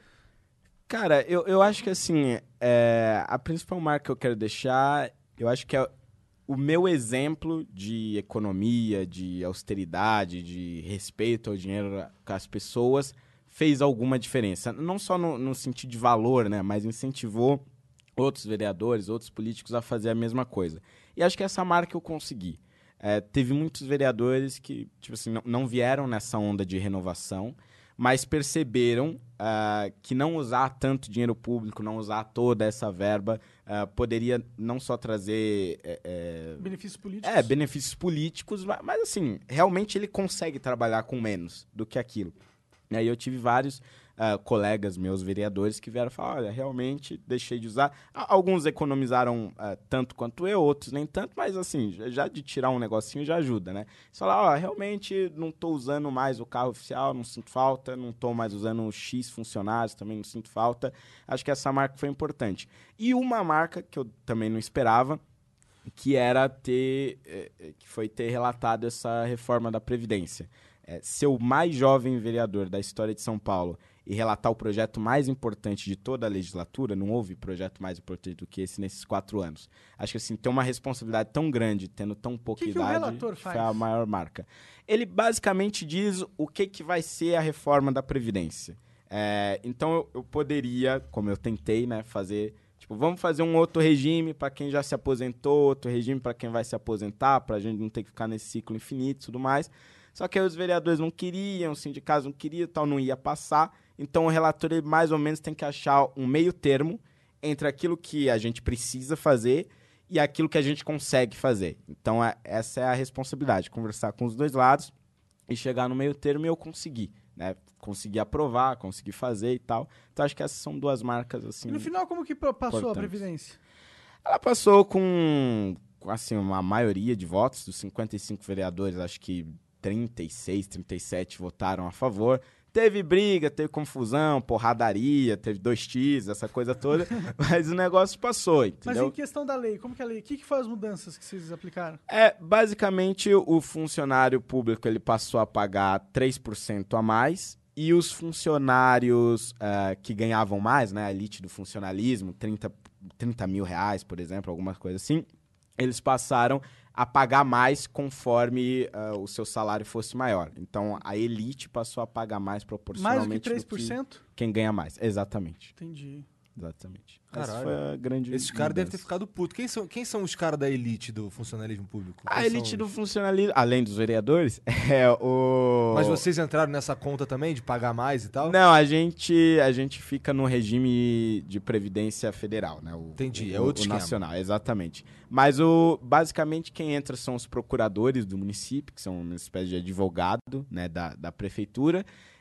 Cara, eu, eu acho que assim, é, a principal marca que eu quero deixar, eu acho que é o meu exemplo de economia, de austeridade, de respeito ao dinheiro com as pessoas, fez alguma diferença. Não só no, no sentido de valor, né, mas incentivou outros vereadores, outros políticos a fazer a mesma coisa. E acho que essa marca eu consegui. É, teve muitos vereadores que tipo assim, não, não vieram nessa onda de renovação, mas perceberam uh, que não usar tanto dinheiro público, não usar toda essa verba, uh, poderia não só trazer... É, é, benefícios políticos. é, benefícios políticos, mas, mas, assim, realmente ele consegue trabalhar com menos do que aquilo. E aí eu tive vários uh, colegas meus, vereadores, que vieram falar, olha, realmente deixei de usar. A- Alguns economizaram uh, tanto quanto eu, outros nem tanto, mas assim, já- já de tirar um negocinho já ajuda, né? Eles falaram, ó, realmente não estou usando mais o carro oficial, não sinto falta, não estou mais usando os X funcionários, também não sinto falta. Acho que essa marca foi importante. E uma marca que eu também não esperava, que era ter, eh, eh, que foi ter relatado essa reforma da Previdência. É, ser o mais jovem vereador da história de São Paulo e relatar o projeto mais importante de toda a legislatura, não houve projeto mais importante do que esse nesses quatro anos. Acho que assim, ter uma responsabilidade tão grande, tendo tão pouca Que que o idade, relator faz? foi a maior marca. Ele basicamente diz o que, que vai ser a reforma da Previdência. É, então eu, eu poderia, como eu tentei, né, fazer... Tipo, vamos fazer um outro regime para quem já se aposentou, outro regime para quem vai se aposentar, para a gente não ter que ficar nesse ciclo infinito e tudo mais. Só que aí os vereadores não queriam, os sindicatos não queriam, tal, não ia passar. Então o relator ele mais ou menos tem que achar um meio termo entre aquilo que a gente precisa fazer e aquilo que a gente consegue fazer. Então é, essa é a responsabilidade, conversar com os dois lados e chegar no meio termo, e eu consegui, né? Consegui aprovar, consegui fazer e tal. Então acho que essas são duas marcas assim. E no final, como que pro- passou a importantes. Previdência? Ela passou com, com, assim, uma maioria de votos, dos cinquenta e cinco vereadores, acho que trinta e seis, trinta e sete votaram a favor. Teve briga, teve confusão, porradaria, teve dois X, essa coisa toda, mas o negócio passou, Mas entendeu? em questão da lei, como que é a lei? O que, que foi as mudanças que vocês aplicaram? É, basicamente, o funcionário público ele passou a pagar três por cento a mais, e os funcionários ah, que ganhavam mais, né, a elite do funcionalismo, trinta, trinta mil reais, por exemplo, alguma coisa assim, eles passaram a pagar mais conforme ah, o seu salário fosse maior. Então, a elite passou a pagar mais Mais proporcionalmente do que três por cento? quem ganha mais. Exatamente. Entendi. Exatamente. Caralho. Essa foi a grande Esses caras devem ter mudança. ficado putos. Quem são, quem são os caras da elite do funcionalismo público? A Quem elite são do os- funcionalismo, além dos vereadores, é o... Mas vocês entraram nessa conta também, de pagar mais e tal? Não, a gente, a gente fica no regime de previdência federal, né? O, Entendi, o, é outro o esquema. nacional, exatamente. Mas o, basicamente quem entra são os procuradores do município, que são uma espécie de advogado, né, da, da prefeitura,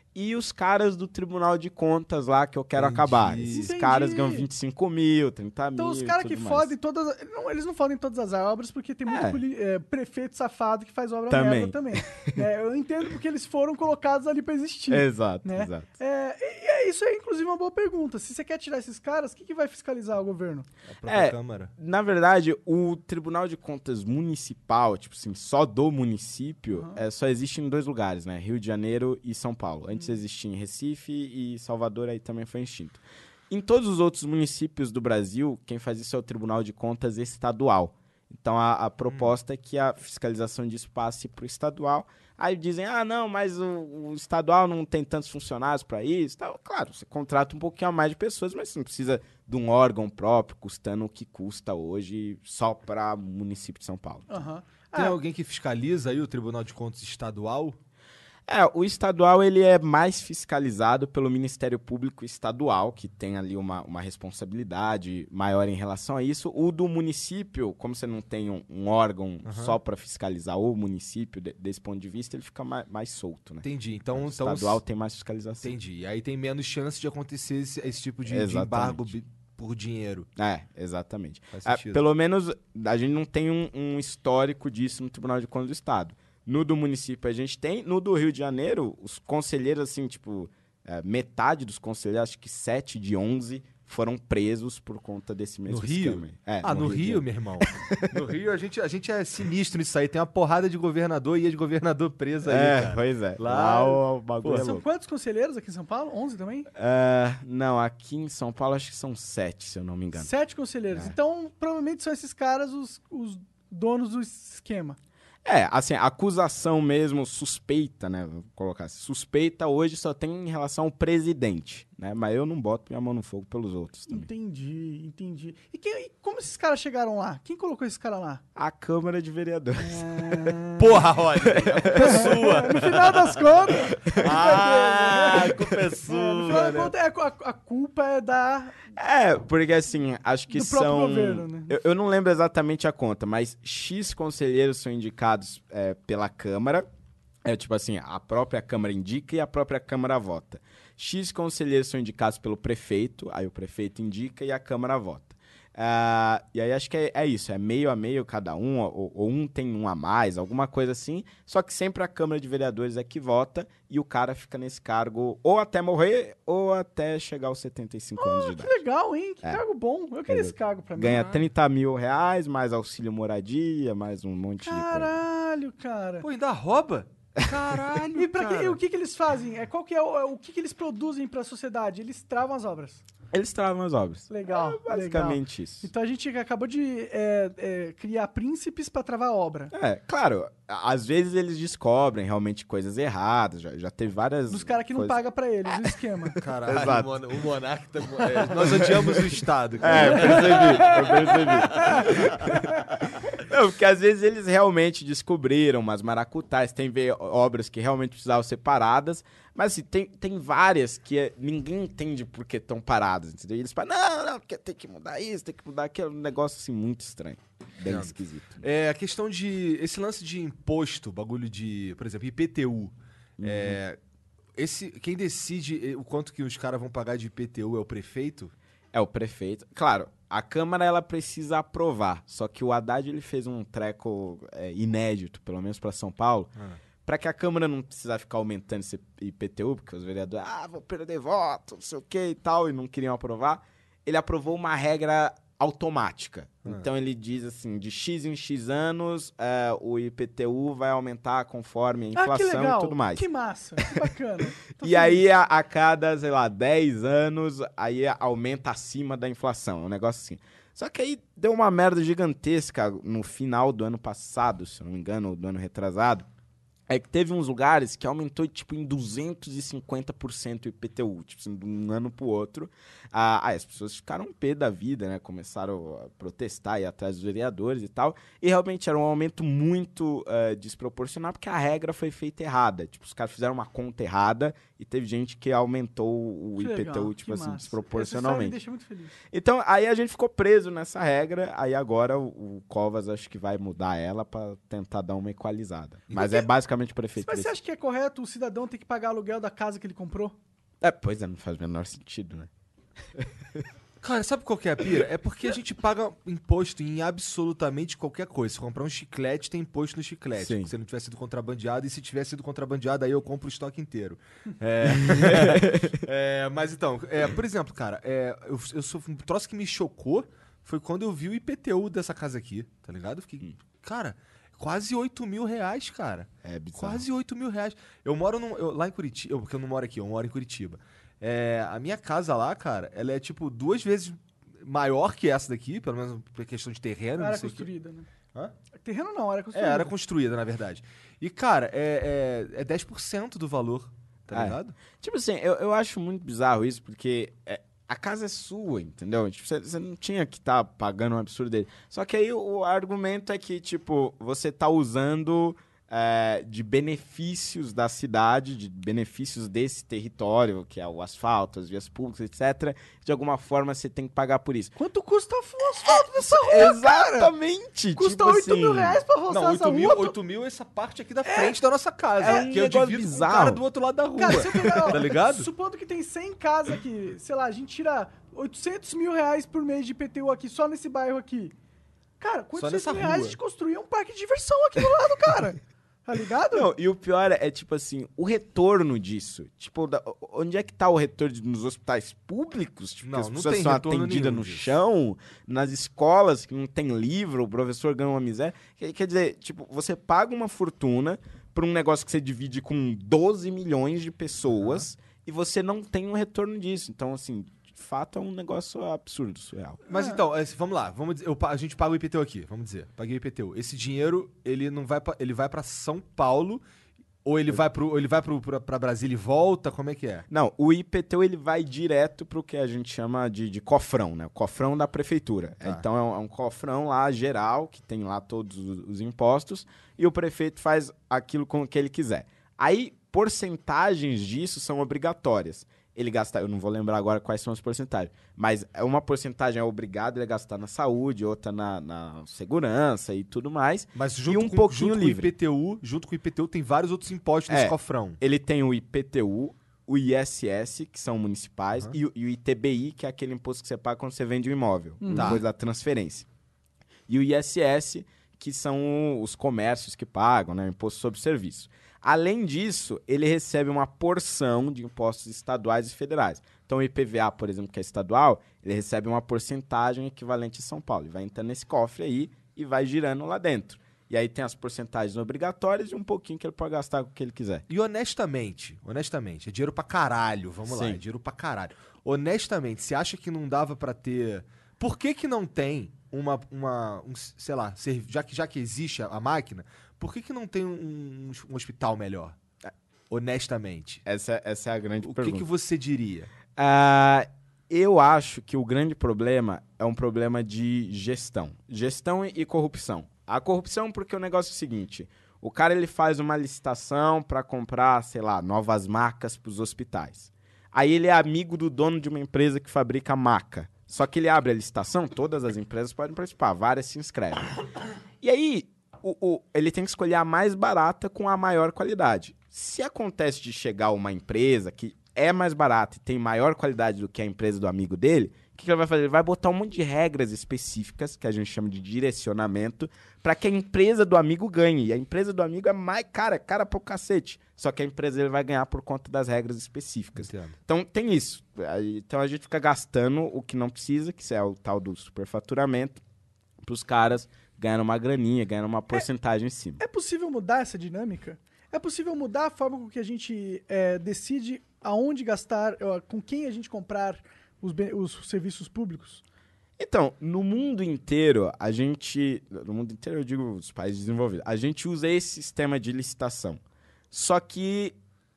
e os caras do Tribunal de Contas lá que eu quero Entendi. acabar. Esses Entendi. caras ganham vinte e cinco mil, trinta Então mil. os caras e que tudo mais. fodem todas... Não, eles não fodem todas as obras, porque tem muito É. poli- é, prefeito safado que faz obra Também. merda também. É, eu entendo porque eles foram colocados ali pra existir. Exato, né? exato. É, e, e é isso é, inclusive, uma boa pergunta. Se você quer tirar esses caras, o que, que vai fiscalizar o governo? A própria É. Câmara. Na verdade, o Tribunal de Contas Municipal, tipo assim, só do município, Uhum. é, só existe em dois lugares, né? Rio de Janeiro e São Paulo. Antes existia em Recife e Salvador, aí também foi extinto. Em todos os outros municípios do Brasil, quem faz isso é o Tribunal de Contas Estadual. Então, a, a proposta é que a fiscalização disso passe para o estadual. Aí dizem, ah, não, mas o, o estadual não tem tantos funcionários para isso. Tal. Claro, você contrata um pouquinho a mais de pessoas, mas você não precisa de um órgão próprio, custando o que custa hoje só para o município de São Paulo. Aham. Tem Ah, alguém que fiscaliza aí o Tribunal de Contas Estadual? É, o estadual ele é mais fiscalizado pelo Ministério Público Estadual, que tem ali uma, uma responsabilidade maior em relação a isso. O do município, como você não tem um, um órgão Uhum. só para fiscalizar o município, de- desse ponto de vista, ele fica mais, mais solto, né? Entendi. Então, o então estadual tem mais fiscalização. entendi. Aí tem menos chance de acontecer esse, esse tipo de, de Exatamente. embargo bi- por dinheiro. É, exatamente. Faz É, sentido. pelo menos a gente não tem um, um histórico disso no Tribunal de Contas do Estado. No do município a gente tem. No do Rio de Janeiro, os conselheiros, assim, tipo, é, metade dos conselheiros, acho que sete de onze, foram presos por conta desse mesmo No Rio? esquema aí. É, Ah, no, de Rio, Janeiro. meu irmão. No Rio, a gente, a gente é sinistro nisso aí. Tem uma porrada de governador e ex-governador preso aí, É, cara. pois é. Lá- Lá, o, o bagulho Pô, é são louco. quantos conselheiros aqui em São Paulo? onze também? É, não, aqui em São Paulo acho que são sete, se eu não me engano. Sete conselheiros. É. Então, provavelmente são esses caras os, os donos do esquema. É, assim, a acusação mesmo, suspeita, né? Vou colocar assim. Suspeita hoje só tem em relação ao presidente, né? Mas eu não boto minha mão no fogo pelos outros também. Entendi, entendi. E, quem- e como esses caras chegaram lá? Quem colocou esses caras lá? A Câmara de Vereadores. Porra, Rodney. A culpa é sua. No final das contas, Ah, a culpa é é, no sua, final das né? contas, é, a, a culpa é da... É, porque assim, acho que Do próprio são... governo, né? eu, eu não lembro exatamente a conta, mas X conselheiros são indicados é, pela Câmara. É tipo assim, a própria Câmara indica e a própria Câmara vota. X conselheiros são indicados pelo prefeito, aí o prefeito indica e a Câmara vota. Ah, e aí acho que é, é isso, é meio a meio cada um, ou, ou um tem um a mais, alguma coisa assim. Só que sempre a Câmara de Vereadores é que vota e o cara fica nesse cargo ou até morrer ou até chegar aos setenta e cinco anos de Que idade. legal, hein? Que É. cargo bom. Eu queria esse cargo pra mim. Ganha trinta mil reais, mais auxílio moradia, mais um monte de coisa. Caralho, cara. Pô, ainda rouba? Caralho, E, pra que- cara. e o que, que eles fazem? É, qual que é o, o que, que eles produzem pra sociedade? Eles travam as obras. Eles travam as obras. Legal, É basicamente legal. isso. Então a gente acabou de é, é, criar príncipes pra travar a obra. É, claro, a- às vezes eles descobrem realmente coisas erradas, já, já teve várias... Dos caras que não coisas- pagam pra eles, o esquema. Caralho, Exato. o, mon- o monarca tá... é, nós odiamos o Estado. cara. É, eu percebi, eu percebi. Não, porque às vezes eles realmente descobriram umas maracutais, tem ve- obras que realmente precisavam ser paradas, mas assim, tem, tem várias que é- ninguém entende por que estão paradas, entendeu? E eles falam, não, não, porque tem que mudar isso, tem que mudar aquilo, um negócio assim muito estranho, bem Entendo. esquisito. É, a questão de... Esse lance de imposto, bagulho de... Por exemplo, I P T U. É, esse, quem decide o quanto que os caras vão pagar de I P T U é o prefeito? É o prefeito. Claro, a Câmara ela precisa aprovar. Só que o Haddad ele fez um treco é, inédito, pelo menos para São Paulo, Ah. para que a Câmara não precisasse ficar aumentando esse I P T U, porque os vereadores, ah, vou perder voto, não sei o que e tal, e não queriam aprovar. Ele aprovou uma regra automática. Ah. Então ele diz assim, de X em X anos, é, o I P T U vai aumentar conforme a Ah, que inflação legal. e tudo mais. Que massa. Que bacana. Tô E feliz. aí, a, a cada, sei lá, dez anos, aí aumenta acima da inflação. É um negócio assim. Só que aí deu uma merda gigantesca no final do ano passado, se eu não me engano, ou do ano retrasado. É que teve uns lugares que aumentou, tipo, em duzentos e cinquenta por cento o I P T U, tipo, assim, de um ano pro outro. Ah, aí as pessoas ficaram pé da vida, né? Começaram a protestar, ir atrás dos vereadores e tal. E realmente era um aumento muito eh, desproporcional, porque a regra foi feita errada. Tipo, os caras fizeram uma conta errada e teve gente que aumentou o Que I P T U, legal, tipo que assim, massa. Essa história me desproporcionalmente. deixa muito feliz. Então, aí a gente ficou preso nessa regra, aí agora o, o Covas acho que vai mudar ela pra tentar dar uma equalizada. Mas é basicamente basicamente o prefeito Mas você decide. acha que é correto o cidadão ter que pagar aluguel da casa que ele comprou? É, pois é, não faz o menor sentido, né? Cara, sabe qual que é a pira? É porque a gente paga imposto em absolutamente qualquer coisa. Se comprar um chiclete, tem imposto no chiclete. Sim. Se não tiver sido contrabandeado. E se tiver sido contrabandeado, aí eu compro o estoque inteiro. É, é, mas então, é, por exemplo, cara, é, eu, eu sou, um troço que me chocou foi quando eu vi o I P T U dessa casa aqui, tá ligado? Eu fiquei, cara, quase oito mil reais, cara. É bizarro. Quase oito mil reais. Eu moro num, eu- lá em Curitiba, eu- porque eu não moro aqui, eu moro em Curitiba. É, a minha casa lá, cara, ela é tipo duas vezes maior que essa daqui, pelo menos por questão de terreno. Não não era sei o quê. construída, né? Hã? Terreno não, era É, construída. era construída, na verdade. E, cara, é, é, é dez por cento do valor, tá É. ligado? Tipo assim, eu, eu acho muito bizarro isso, porque é, a casa é sua, entendeu? Tipo, você, você não tinha que estar pagando um absurdo dele. Só que aí o, o argumento é que, tipo, você tá usando é, de benefícios da cidade, de benefícios desse território, que é o asfalto, as vias públicas, etcétera. De alguma forma você tem que pagar por isso. Quanto custa o asfalto dessa rua, Exatamente! Custa tipo oito assim, mil reais pra roçar Não, essa oito mil, rua? oito mil é essa parte aqui da frente da nossa casa. É um que eu negócio divido com o bizarro. cara do outro lado da rua. Cara, se eu pegar, ó, tá ligado? supondo que tem cem casas aqui, sei lá, a gente tira oitocentos mil reais por mês de I P T U aqui, só nesse bairro aqui. Cara, com Só oitocentos nessa mil reais rua. a gente construía um parque de diversão aqui do lado, cara. Tá ligado? Não, e o pior é, é, tipo assim, o retorno disso. Tipo, da- onde é que tá o retorno de- nos hospitais públicos? Tipo, Não, que as não pessoas tem são retorno atendidas nenhum no disso. chão, nas escolas que não tem livro, o professor ganha uma miséria. Quer, quer dizer, tipo, você paga uma fortuna por um negócio que você divide com doze milhões de pessoas e você não tem um retorno disso. Então, assim, de fato é um negócio absurdo, surreal. Mas então, é, vamos lá, vamos dizer, eu pa- a gente paga o I P T U aqui, vamos dizer, paguei o I P T U. Esse dinheiro, ele não vai pra, ele vai para São Paulo ou ele vai pro, ou ele vai pro, pra, pra Brasília e volta, como é que é? Não, o I P T U ele vai direto pro que a gente chama de, de cofrão, né? O cofrão da prefeitura. Tá. Então é um, é um cofrão lá geral, que tem lá todos os, os impostos, e o prefeito faz aquilo com o que ele quiser. Aí, porcentagens disso são obrigatórias. Ele gasta, eu não vou lembrar agora quais são as porcentagens, mas uma porcentagem é obrigado ele a gastar na saúde, outra na, na segurança e tudo mais. Mas junto, e um com, pouquinho junto livre. com o I P T U, junto com o I P T U tem vários outros impostos nesse É. cofrão. Ele tem o I P T U, o I S S, que são municipais, e, o, e o I T B I, que é aquele imposto que você paga quando você vende um imóvel, Tá. depois da transferência. E o I S S, que são os comércios que pagam, né, o imposto sobre serviço. Além disso, ele recebe uma porção de impostos estaduais e federais. Então, o I P V A, por exemplo, que é estadual, ele recebe uma porcentagem equivalente a São Paulo. Ele vai entrando nesse cofre aí e vai girando lá dentro. E aí tem as porcentagens obrigatórias e um pouquinho que ele pode gastar com o que ele quiser. E honestamente, honestamente, é dinheiro pra caralho, vamos lá, Sim. é dinheiro pra caralho. Honestamente, você acha que não dava pra ter... Por que que não tem uma, uma um, sei lá, ser- já que, já que existe a, a máquina, por que que não tem um, um hospital melhor? Honestamente. Essa, essa é a grande O que pergunta. que você diria? Ah, eu acho que o grande problema é um problema de gestão. Gestão e, e corrupção. A corrupção porque o negócio é o seguinte, o cara ele faz uma licitação para comprar, sei lá, novas macas para os hospitais. Aí ele é amigo do dono de uma empresa que fabrica maca. Só que ele abre a licitação, todas as empresas podem participar, várias se inscrevem. E aí, o, o- ele tem que escolher a mais barata com a maior qualidade. Se acontece de chegar uma empresa que é mais barata e tem maior qualidade do que a empresa do amigo dele, o que, que ele vai fazer? Ele vai botar um monte de regras específicas, que a gente chama de direcionamento, para que a empresa do amigo ganhe. E a empresa do amigo é mais cara, cara pro cacete. Só que a empresa ele vai ganhar por conta das regras específicas. Entendo. Então tem isso. Aí, então a gente fica gastando o que não precisa, que é o tal do superfaturamento, para os caras ganhando uma graninha, ganhando uma porcentagem em cima. É possível mudar essa dinâmica? É possível mudar a forma com que a gente é, decide aonde gastar, ó, com quem a gente comprar os, be- os serviços públicos? Então, no mundo inteiro, a gente... No mundo inteiro, eu digo os países desenvolvidos. A gente usa esse sistema de licitação. Só que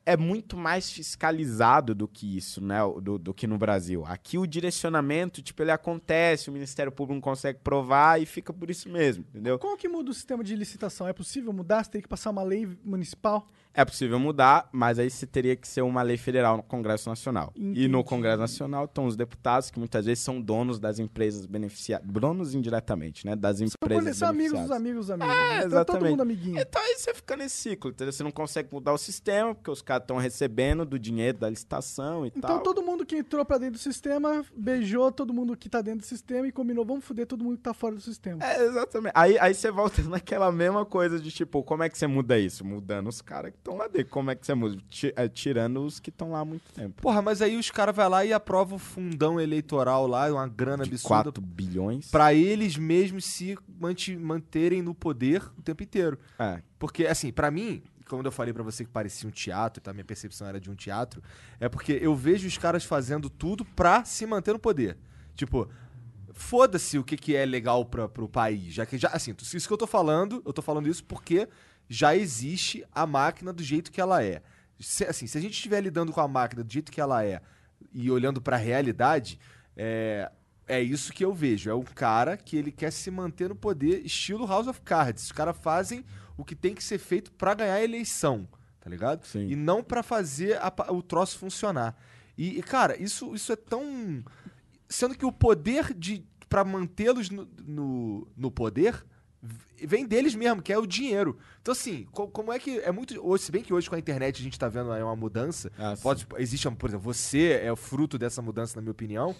é muito mais fiscalizado do que isso, né? Do, do que no Brasil. Aqui o direcionamento, tipo, ele acontece, o Ministério Público não consegue provar e fica por isso mesmo, entendeu? Como que muda o sistema de licitação? É possível mudar? Você tem que passar uma lei municipal? É possível mudar, mas aí você teria que ser uma lei federal no Congresso Nacional. Entendi. E no Congresso Nacional estão os deputados que muitas vezes são donos das empresas beneficiadas, donos indiretamente, né? Das empresas São amigos beneficiadas. dos amigos dos amigos. É, Então é exatamente. todo mundo amiguinho. Então aí você fica nesse ciclo, entendeu? Você não consegue mudar o sistema, porque os caras estão recebendo do dinheiro da licitação e Então tal. todo mundo que entrou pra dentro do sistema beijou todo mundo que tá dentro do sistema e combinou, vamos foder todo mundo que tá fora do sistema. É, exatamente. Aí, aí você volta naquela mesma coisa de tipo, como é que você muda isso? Mudando os caras que estão lá dentro. Como é que você muda? Ti- é, tirando os que estão lá há muito tempo. Porra, mas aí os caras vão lá e aprovam o fundão eleitoral lá, uma grana De absurda, quatro bilhões. pra eles mesmos se manti- manterem no poder o tempo inteiro. É. Porque, assim, pra mim, quando eu falei pra você que parecia um teatro, tá? Minha percepção era de um teatro, é porque eu vejo os caras fazendo tudo pra se manter no poder. Tipo, foda-se o que, que é legal pra, pro país. Já que, já, assim, isso que eu tô falando, eu tô falando isso porque já existe a máquina do jeito que ela é. Se, assim, se a gente estiver lidando com a máquina do jeito que ela é e olhando pra realidade, é, é isso que eu vejo. É um cara que ele quer se manter no poder, estilo House of Cards. Os caras fazem o que tem que ser feito pra ganhar a eleição, tá ligado? Sim. E não pra fazer a pa- o troço funcionar. E, e, cara, isso, isso é tão... Sendo que o poder de para mantê-los no, no, no poder v- vem deles mesmo, que é o dinheiro. Então, assim, co- como é que... É muito... Hoje, se bem que hoje com a internet a gente tá vendo aí uma mudança. Ah, sim. Pode, existe, uma- por exemplo, você é o fruto dessa mudança, na minha opinião.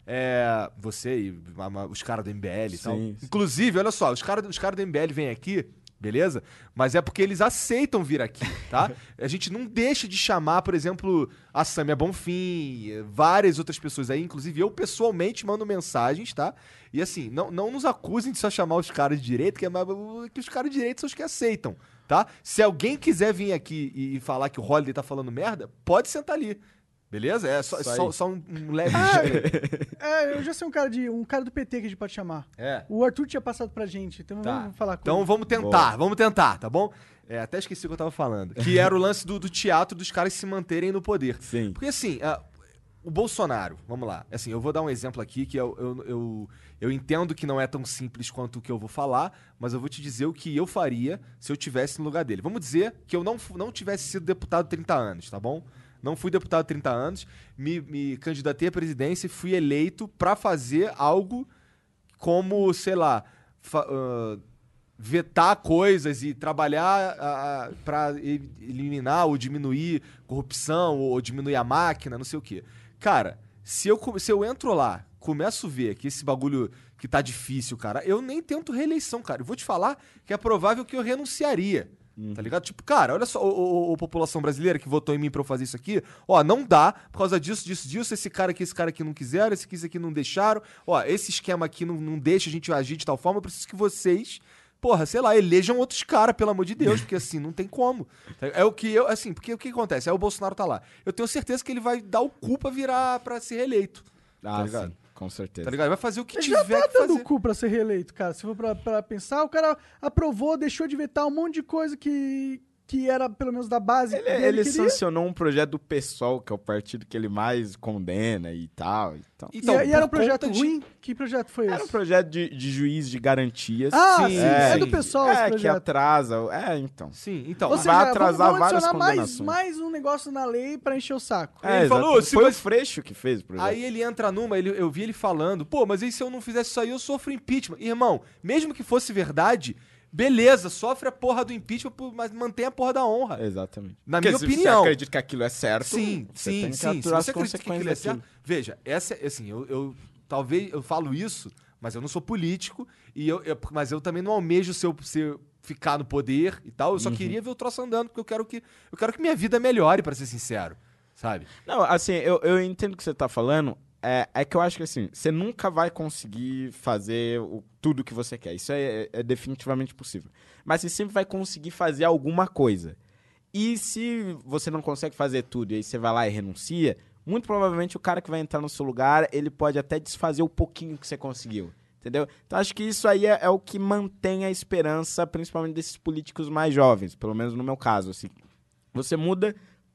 É, você e a- a- os caras do M B L e tal. Sim, sim. Inclusive, olha só, os caras os cara do M B L vêm aqui, beleza? Mas é porque eles aceitam vir aqui, tá? A gente não deixa de chamar, por exemplo, a Samia Bonfim, eh, várias outras pessoas aí, inclusive eu pessoalmente mando mensagens, tá? E assim, não, não nos acusem de só chamar os caras de direito, que, é, mais- que os caras de direito são os que aceitam, tá? Se alguém quiser vir aqui e, e falar que o Holiday tá falando merda, pode sentar ali. Beleza? É só, Isso aí. só, só um, um leve. É, eu já sei um cara de um cara do P T que a gente pode chamar. É. O Arthur tinha passado pra gente, então Tá. vamos falar com Então ele. vamos tentar, vamos tentar, tá bom? É, até esqueci o que eu tava falando. Que era o lance do, do teatro dos caras se manterem no poder. Sim. Porque assim, ah, o Bolsonaro, vamos lá. Assim, eu vou dar um exemplo aqui que eu, eu, eu, eu entendo que não é tão simples quanto o que eu vou falar, mas eu vou te dizer o que eu faria se eu tivesse no lugar dele. Vamos dizer que eu não, fu- não tivesse sido deputado trinta anos, tá bom? Não fui deputado trinta anos, me, me candidatei à presidência e fui eleito pra fazer algo como, sei lá, fa- ah, vetar coisas e trabalhar ah, para eliminar ou diminuir corrupção ou diminuir a máquina, não sei o quê. Cara, se eu, come- se eu entro lá, começo a ver que esse bagulho que tá difícil, cara, eu nem tento reeleição, cara. Eu vou te falar que é provável que eu renunciaria. Tá ligado? Tipo, cara, olha só, ô, ô, ô, população brasileira que votou em mim pra eu fazer isso aqui, ó, não dá, por causa disso, disso, disso, esse cara aqui, esse cara aqui não quiseram, esse aqui, esse aqui não deixaram, ó, esse esquema aqui não, não deixa a gente agir de tal forma, eu preciso que vocês, porra, sei lá, elejam outros caras, pelo amor de Deus, porque assim, não tem como. É o que eu, assim, porque o que acontece? Aí o Bolsonaro tá lá. Eu tenho certeza que ele vai dar o cu pra virar, pra ser reeleito. Ah, tá ligado? sim, com certeza. Tá ligado? Ele vai fazer o que Ele tiver já tá que dando fazer. o cu pra ser reeleito, cara. Se for pra, pra pensar, o cara aprovou, deixou de vetar um monte de coisa que, que era, pelo menos, da base Ele, dele ele queria. sancionou um projeto do PSOL, que é o partido que ele mais condena e tal. Então. E, Então, e era um por projeto conta de- ruim? Que projeto foi Era um esse? projeto de, de juiz de garantias. Ah, Sim, sim, é, sim. do pessoal esse é, que projeto. atrasa. É, então. Sim, então. Ou vai seja, atrasar vamos, vamos várias adicionar mais, condenações. mais um negócio na lei pra encher o saco. É, Ele falou, exatamente. se Foi você- o Freixo que fez o projeto. Aí ele entra numa, ele, eu vi ele falando, pô, mas e se eu não fizesse isso aí, eu sofro impeachment. Irmão, mesmo que fosse verdade, beleza, sofre a porra do impeachment, pô, mas mantém a porra da honra. Exatamente. Na Porque minha se opinião. você acredita que aquilo é certo, Sim, você sim, tem que sim. Se aturar você as acredita que aquilo é consequências certo, daquilo. veja, essa, é- assim, eu, eu talvez eu falo isso, mas eu não sou político, e eu, eu- mas eu também não almejo ser, ser, ficar no poder e tal, eu só queria ver o troço andando, porque eu quero que, eu quero que minha vida melhore, pra ser sincero, sabe? Não, assim, eu, eu entendo o que você tá falando. É, é que eu acho que, assim, você nunca vai conseguir fazer o, tudo que você quer. Isso é, é definitivamente possível. Mas você sempre vai conseguir fazer alguma coisa. E se você não consegue fazer tudo e aí você vai lá e renuncia, muito provavelmente o cara que vai entrar no seu lugar, ele pode até desfazer o pouquinho que você conseguiu. Entendeu? Então acho que isso aí é, é o que mantém a esperança, principalmente desses políticos mais jovens, pelo menos no meu caso, assim. Você muda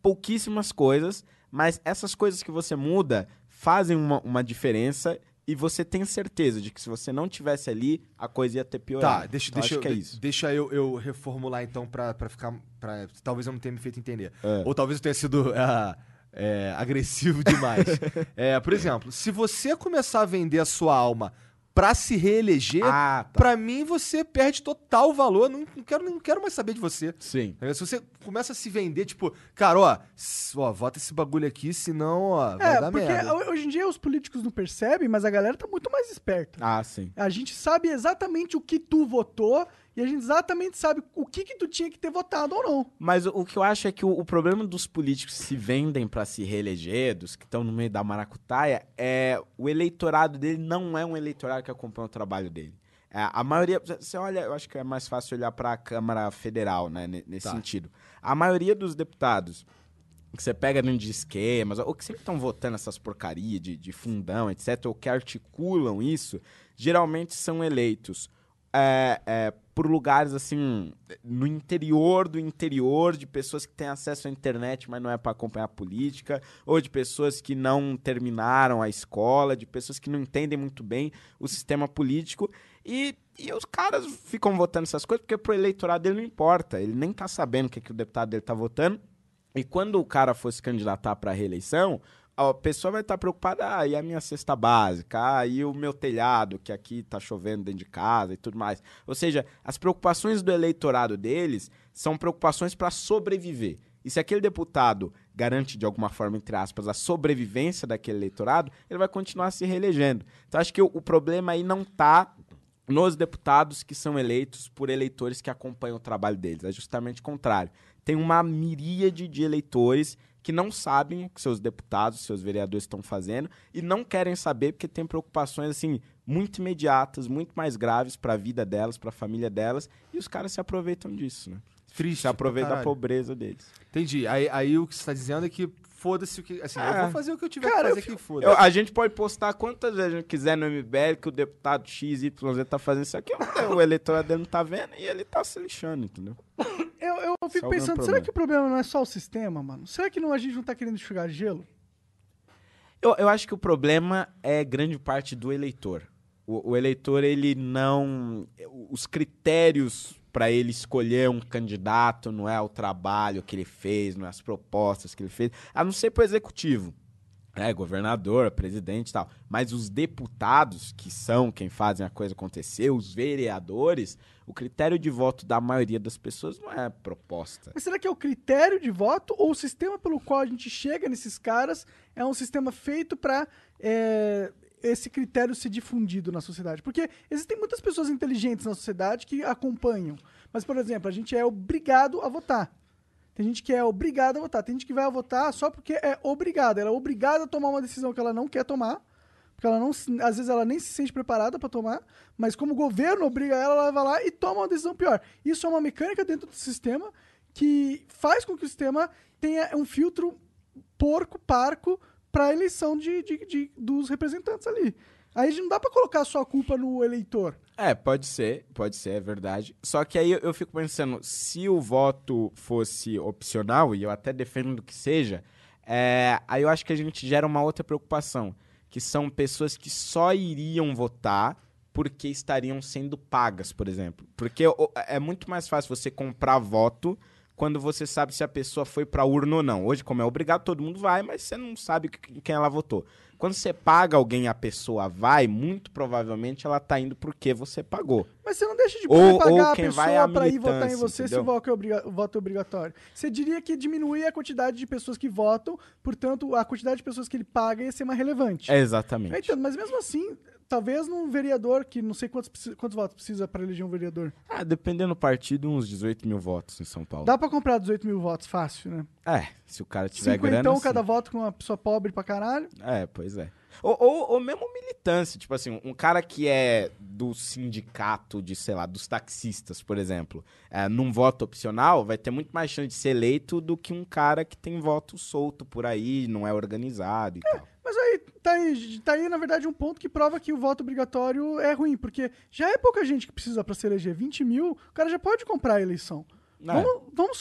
pouquíssimas coisas, mas essas coisas que você muda fazem uma, uma diferença e você tem certeza de que se você não tivesse ali, a coisa ia ter piorado. Tá, deixa, então, deixa, acho eu, que é de- isso. deixa eu, eu reformular então pra, pra ficar. Pra, talvez eu não tenha me feito entender. É. Ou talvez eu tenha sido ah, é, agressivo demais. É, por exemplo, se você começar a vender a sua alma pra se reeleger, Ah, tá. pra mim você perde total valor. Não, não, quero, não quero mais saber de você. Sim. Se você começa a se vender, tipo, cara, ó, s- ó vota esse bagulho aqui, senão, ó, vai É, dar porque merda. ho- hoje em dia os políticos não percebem, mas a galera tá muito mais esperta. Ah, sim. A gente sabe exatamente o que tu votou e a gente exatamente sabe o que que tu tinha que ter votado ou não. Mas o, o que eu acho é que o, o problema dos políticos que se vendem pra se reeleger, dos que estão no meio da maracutaia, é o eleitorado dele não é um eleitorado que acompanha o trabalho dele. É, a maioria, você olha, eu acho que é mais fácil olhar pra Câmara Federal, né, ne- nesse Tá. sentido. A maioria dos deputados que você pega dentro de esquemas, ou que sempre estão votando essas porcarias de, de fundão, etcétera, ou que articulam isso, geralmente são eleitos é, é, por lugares, assim, no interior do interior, de pessoas que têm acesso à internet, mas não é para acompanhar a política, ou de pessoas que não terminaram a escola, de pessoas que não entendem muito bem o sistema político, e, e os caras ficam votando essas coisas porque pro eleitorado dele não importa, ele nem tá sabendo o que, que o deputado dele tá votando, e quando o cara for se candidatar para a reeleição, a pessoa vai estar preocupada, ah, e a minha cesta básica, ah, e o meu telhado, que aqui tá chovendo dentro de casa e tudo mais. Ou seja, as preocupações do eleitorado deles são preocupações para sobreviver. E se aquele deputado garante, de alguma forma, entre aspas, a sobrevivência daquele eleitorado, ele vai continuar se reelegendo. Então, acho que o, o problema aí não tá nos deputados que são eleitos por eleitores que acompanham o trabalho deles. É justamente o contrário. Tem uma miríade de eleitores que não sabem o que seus deputados, seus vereadores estão fazendo e não querem saber porque tem preocupações assim muito imediatas, muito mais graves para a vida delas, para a família delas, e os caras se aproveitam disso, né? Triste Se aproveitam pra da caralho. pobreza deles. Entendi. Aí, aí o que você tá dizendo é que foda-se o que. Assim, eu É. vou fazer o que eu tiver Cara, que eu fazer fico- que foda-se. Eu- a gente pode postar quantas vezes a gente quiser no M B L que o deputado X Y Z tá fazendo isso aqui, o eleitorado dele não tá vendo e ele tá se lixando, entendeu? Eu, eu Esse fico é o grande pensando, será problema. que o problema não é só o sistema, mano? Será que não, a gente não tá querendo enxugar gelo? Eu, eu acho que o problema é grande parte do eleitor. O, o eleitor, ele não... Os critérios para ele escolher um candidato não é o trabalho que ele fez, não é as propostas que ele fez, a não ser pro executivo. É, governador, presidente e tal. Mas os deputados, que são quem fazem a coisa acontecer, os vereadores, o critério de voto da maioria das pessoas não é proposta. Mas será que é o critério de voto ou o sistema pelo qual a gente chega nesses caras é um sistema feito para esse critério ser difundido na sociedade? Porque existem muitas pessoas inteligentes na sociedade que acompanham. Mas, por exemplo, a gente é obrigado a votar. Tem gente que é obrigada a votar. Tem gente que vai votar só porque é obrigada. Ela é obrigada a tomar uma decisão que ela não quer tomar. Porque ela não, se- às vezes ela nem se sente preparada para tomar. Mas como o governo obriga ela, ela vai lá e toma uma decisão pior. Isso é uma mecânica dentro do sistema que faz com que o sistema tenha um filtro porco, parco, para a eleição de, de- de- dos representantes ali. Aí não dá para colocar só a culpa no eleitor. É, pode ser, pode ser, é verdade. Só que aí eu, eu fico pensando, se o voto fosse opcional, e eu até defendo que seja, é, aí eu acho que a gente gera uma outra preocupação, que são pessoas que só iriam votar porque estariam sendo pagas, por exemplo. Porque o- é muito mais fácil você comprar voto quando você sabe se a pessoa foi pra urna ou não. Hoje, como é obrigado, todo mundo vai, mas você não sabe em quem ela votou. Quando você paga alguém e a pessoa vai, muito provavelmente ela tá indo porque você pagou. Mas você não deixa de Ou- poder ou pagar a quem vai é pessoa a para ir votar em militância, você se entendeu? o voto é, obriga- o voto é obrigatório. Você diria que diminui a quantidade de pessoas que votam, portanto, a quantidade de pessoas que ele paga ia ser mais relevante. É exatamente. Eu entendo, mas mesmo assim, talvez num vereador, que não sei quantos, preci- quantos votos precisa para eleger um vereador. Ah, dependendo do partido, uns dezoito mil votos em São Paulo. Dá para comprar dezoito mil votos fácil, né? É, se o cara tiver Cinquentão grana, sim. cada voto com uma pessoa pobre pra caralho. É, pois é. Ou, ou, ou mesmo militância, tipo assim, um cara que é do sindicato de, sei lá, dos taxistas, por exemplo, é, num voto opcional, vai ter muito mais chance de ser eleito do que um cara que tem voto solto por aí, não é organizado e tal. Mas aí tá, aí, tá aí, na verdade, um ponto que prova que o voto obrigatório é ruim, porque já é pouca gente que precisa pra se eleger. vinte mil, o cara já pode comprar a eleição. É. Vamos, vamos só...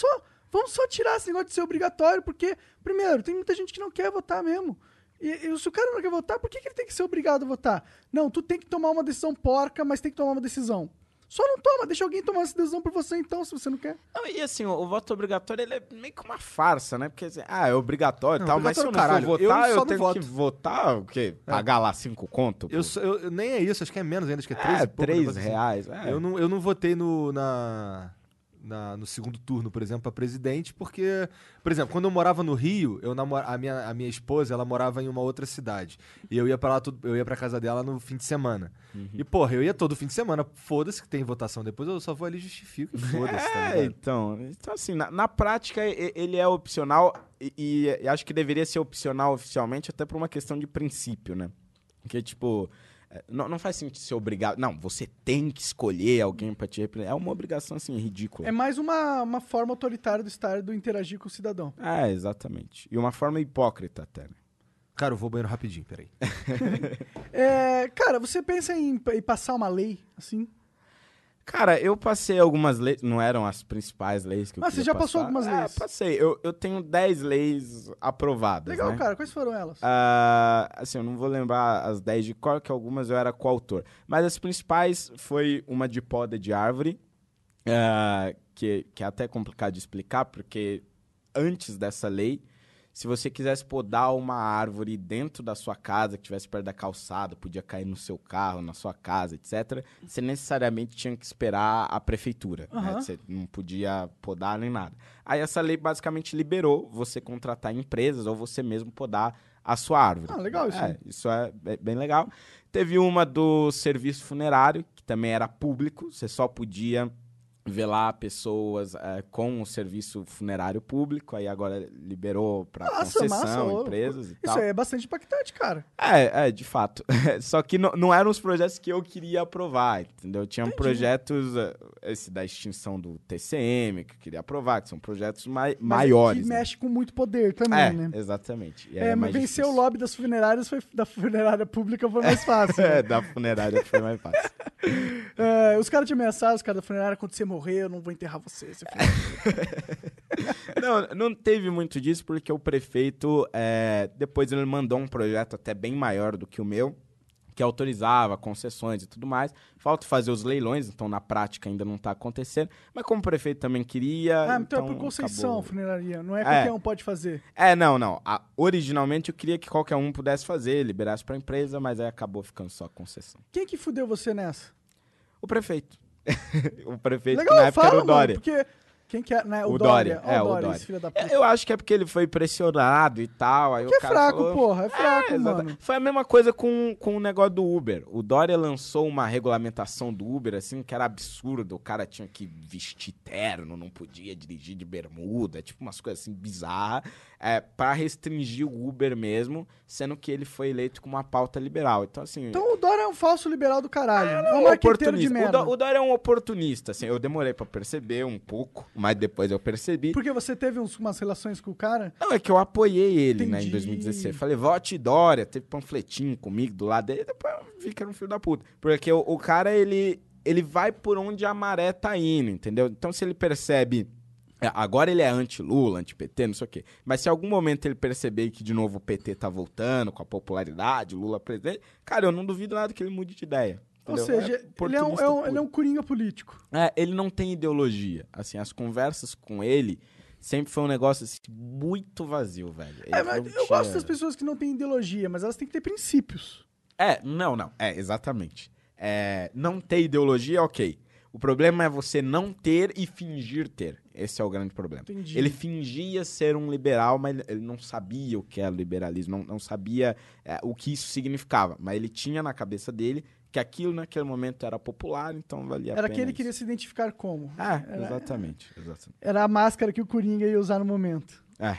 Vamos só tirar esse negócio de ser obrigatório, porque, primeiro, tem muita gente que não quer votar mesmo. E, e se o cara não quer votar, por que, que ele tem que ser obrigado a votar? Não, tu tem que tomar uma decisão porca, mas tem que tomar uma decisão. Só não toma, deixa alguém tomar essa decisão por você então, se você não quer. Não, e assim, o, o voto obrigatório ele é meio que uma farsa, né? Porque, assim, ah, é obrigatório e tal, mas se eu não caralho, for votar, eu eu, só não tenho voto. que votar, o quê? Pagar lá cinco conto? Eu, sou- eu- eu- nem é isso, acho que é menos ainda, acho que é três É, e pouco, um três negócio assim. reais. É. Eu não, eu não votei no, na, na- no segundo turno, por exemplo, pra presidente, porque, por exemplo, quando eu morava no Rio, eu namor, a, minha, a minha esposa, ela morava em uma outra cidade. E eu ia pra lá, tudo- eu ia pra casa dela no fim de semana. E, porra, eu ia todo fim de semana, foda-se que tem votação depois, eu só vou ali e justifico, e foda-se, tá É, ligado? então, então assim, na, na prática e- ele é opcional e, e- e acho que deveria ser opcional oficialmente até por uma questão de princípio, né? Porque, tipo, é, não, não faz sentido ser obrigado. Não, você tem que escolher alguém pra te representar. É uma obrigação, assim, ridícula. É mais uma, uma forma autoritária do Estado interagir com o cidadão. É, exatamente. E uma forma hipócrita até, né? Cara, eu vou ao banheiro rapidinho, peraí. É, cara, você pensa em, em passar uma lei, assim? Cara, eu passei algumas leis, não eram as principais leis que eu Ah, queria você já passou passar. algumas É, leis? passei. Eu, eu tenho dez leis aprovadas, Legal, né? cara. Quais foram elas? Ah, assim, eu não vou lembrar as dez de cor, que algumas eu era coautor. Mas as principais foi uma de poda de árvore, ah, que, que é até complicado de explicar, porque antes dessa lei, se você quisesse podar uma árvore dentro da sua casa, que estivesse perto da calçada, podia cair no seu carro, na sua casa, etcétera, você necessariamente tinha que esperar a prefeitura. Né? Aham. Você não podia podar nem nada. Aí essa lei basicamente liberou você contratar empresas ou você mesmo podar a sua árvore. Ah, legal isso aí. É, isso é be- bem legal. Teve uma do serviço funerário, que também era público, você só podia velar pessoas eh, com o serviço funerário público, aí agora liberou para Massa, concessão, massa, ô. empresas e Isso tal. aí é bastante impactante, cara. É, é, de fato. Só que não, não eram os projetos que eu queria aprovar, entendeu? Tinham projetos, eh, esse da extinção do T C M, que eu queria aprovar, que são projetos mai- Mas maiores. Que né? mexe com muito poder também, É, né? exatamente. E aí É, mas mais vencer o difícil. lobby das funerárias foi, da funerária pública foi mais fácil. É, né? da funerária foi mais fácil. É, os caras te ameaçaram, os caras da funerária, quando você morrer, eu não vou enterrar você. Você Não, não teve muito disso, porque o prefeito, é, depois ele mandou um projeto até bem maior do que o meu, que autorizava concessões e tudo mais. Falta fazer os leilões, então na prática ainda não está acontecendo. Mas como o prefeito também queria... Ah, então, é então por conceição a acabou. funeraria. Não é É. qualquer um pode fazer. É, não, não. A- originalmente eu queria que qualquer um pudesse fazer, liberasse para a empresa, mas aí acabou ficando só concessão. Quem que fudeu você nessa? O prefeito. o prefeito que Legal, na época fala, era o Dória. mano, porque... Quem que é? Né? O, O Dória. Dória, Ó, é, o o Dória, Dória. esse filho da puta. É, Eu acho que é porque ele foi pressionado e tal. Aí Que o é cara fraco, falou, porra. É fraco, É, exata- mano. Foi a mesma coisa com, com o negócio do Uber. O Dória lançou uma regulamentação do Uber, assim, que era absurdo. O cara tinha que vestir terno, não podia dirigir de bermuda, tipo umas coisas assim bizarras, é, pra restringir o Uber mesmo, sendo que ele foi eleito com uma pauta liberal. Então, assim... Então o Dória é um falso liberal do caralho. É, é um um marqueteiro de oportunista. O, merda. Dó- o Dória é um oportunista, assim. Eu demorei pra perceber um pouco, mas depois eu percebi. Porque você teve uns- umas relações com o cara? Não, é que eu apoiei ele, né, em Entendi. dois mil e dezesseis. Falei, vote Dória, teve panfletinho comigo do lado dele, depois eu vi que era um filho da puta. Porque o, o cara, ele, ele vai por onde a maré tá indo, entendeu? Então, se ele percebe... é, agora ele é anti-Lula, anti-P T, não sei o quê. Mas se em algum momento ele perceber que de novo o P T tá voltando com a popularidade, Lula presidente, cara, eu não duvido nada que ele mude de ideia. Ou entendeu? seja, É ele, é um, oportunista é um- puro. ele é um coringa político. É, ele não tem ideologia. Assim, as conversas com ele sempre foi um negócio assim, muito vazio, velho. Ele É, mas não eu tinha- gosto das pessoas que não têm ideologia, mas elas têm que ter princípios. É, não, não. É, exatamente. É, não ter ideologia, ok. O problema é você não ter e fingir ter. Esse é o grande problema. Entendi. Ele fingia ser um liberal, mas ele- ele não sabia o que era liberalismo, não, não sabia é, o que isso significava. Mas ele tinha na cabeça dele que aquilo naquele momento era popular, então valia a Era pena que ele isso. queria se identificar como. Ah, Era- exatamente, exatamente. Era a máscara que o Coringa ia usar no momento. É.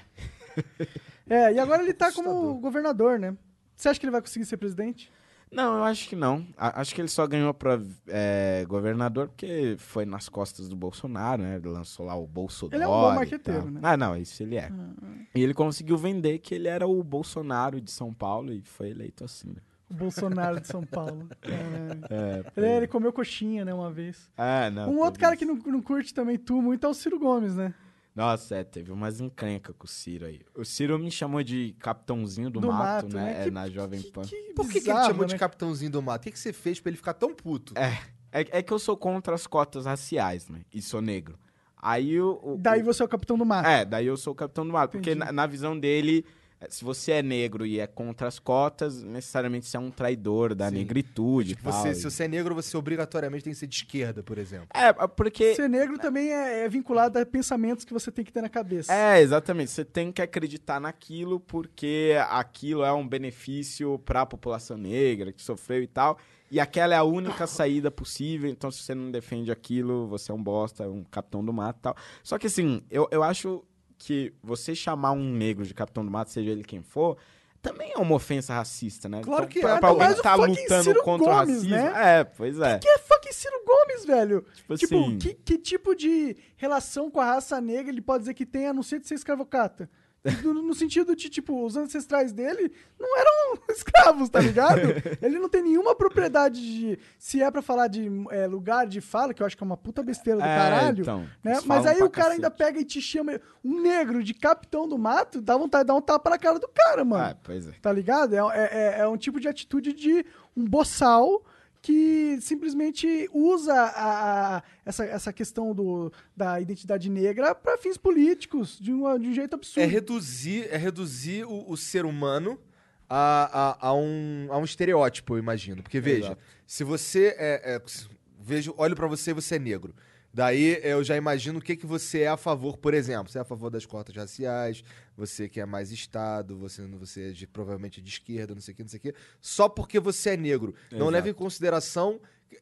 É, e agora ele tá como governador, né? Você acha que ele vai conseguir ser presidente? Não, eu acho que não. A- acho que ele só ganhou pra é, governador porque foi nas costas do Bolsonaro, né? Ele lançou lá o Bolsonaro. Ele é um bom marqueteiro, né? Ah, não, isso ele é. E ele conseguiu vender que ele era o Bolsonaro de São Paulo e foi eleito assim, né? O Bolsonaro de São Paulo. Caralho. É, Ele, ele comeu coxinha, né, uma vez. Ah, não. um outro teve cara isso. que não, não curte também tu muito é o Ciro Gomes, né? Nossa, é, teve umas encrencas com o Ciro aí. O Ciro me chamou de capitãozinho do, Do mato, mato, né? né? É, Que- na Jovem Pan. Que Por que, que ele bizarro, chamou de né? capitãozinho do mato? O que, que você fez pra ele ficar tão puto? É, é, é que eu sou contra as cotas raciais, né? E sou negro. Aí o... o- Daí o- você é o capitão do mato. É, daí eu sou o capitão do mato. Porque Entendi. na, na visão dele, eh, se você é negro e é contra as cotas, necessariamente você é um traidor da Sim. negritude e Que tal. você, e- se você é negro, você obrigatoriamente tem que ser de esquerda, por exemplo. É, porque... Ser negro também é, é vinculado a pensamentos que você tem que ter na cabeça. É, exatamente. Você tem que acreditar naquilo porque aquilo é um benefício para a população negra que sofreu e tal. E aquela é a única saída possível. Então, se você não defende aquilo, você é um bosta, um capitão do mato e tal. Só que, assim, eu, eu acho que você chamar um negro de capitão do mato, seja ele quem for, também é uma ofensa racista, né? Claro Então, que é. pra, Ainda pra alguém mais que o tá fucking lutando Ciro contra Gomes, o racismo. né? É, pois é. Que é fucking Ciro Gomes, velho? Tipo Tipo, assim. que, que tipo de relação com a raça negra ele pode dizer que tem, a não ser de ser escravocata? No, no sentido de, tipo, os ancestrais dele não eram escravos, tá ligado? Ele não tem nenhuma propriedade de... Se é pra falar de é, lugar de fala, que eu acho que é uma puta besteira do É, caralho, então, né? eles Mas falam aí pra o cara cacete. ainda pega e te chama um negro de capitão do mato, dá vontade de dar um tapa na cara do cara, mano. Ah, pois é. Tá ligado? É, é, é um tipo de atitude de um boçal que simplesmente usa a, a- essa, essa questão do, da identidade negra para fins políticos, de, uma, de um jeito absurdo. É reduzir, é reduzir o, o ser humano a, a, a um, a um estereótipo, eu imagino. Porque, veja, Exato. se você é... é vejo, olho pra você e você é negro. Daí eu já imagino o que, que você é a favor, por exemplo. Você é a favor das cotas raciais, você que é mais Estado, você, você é de, provavelmente de esquerda, não sei o que, não sei o que. Só porque você é negro. Não Exato. leva em consideração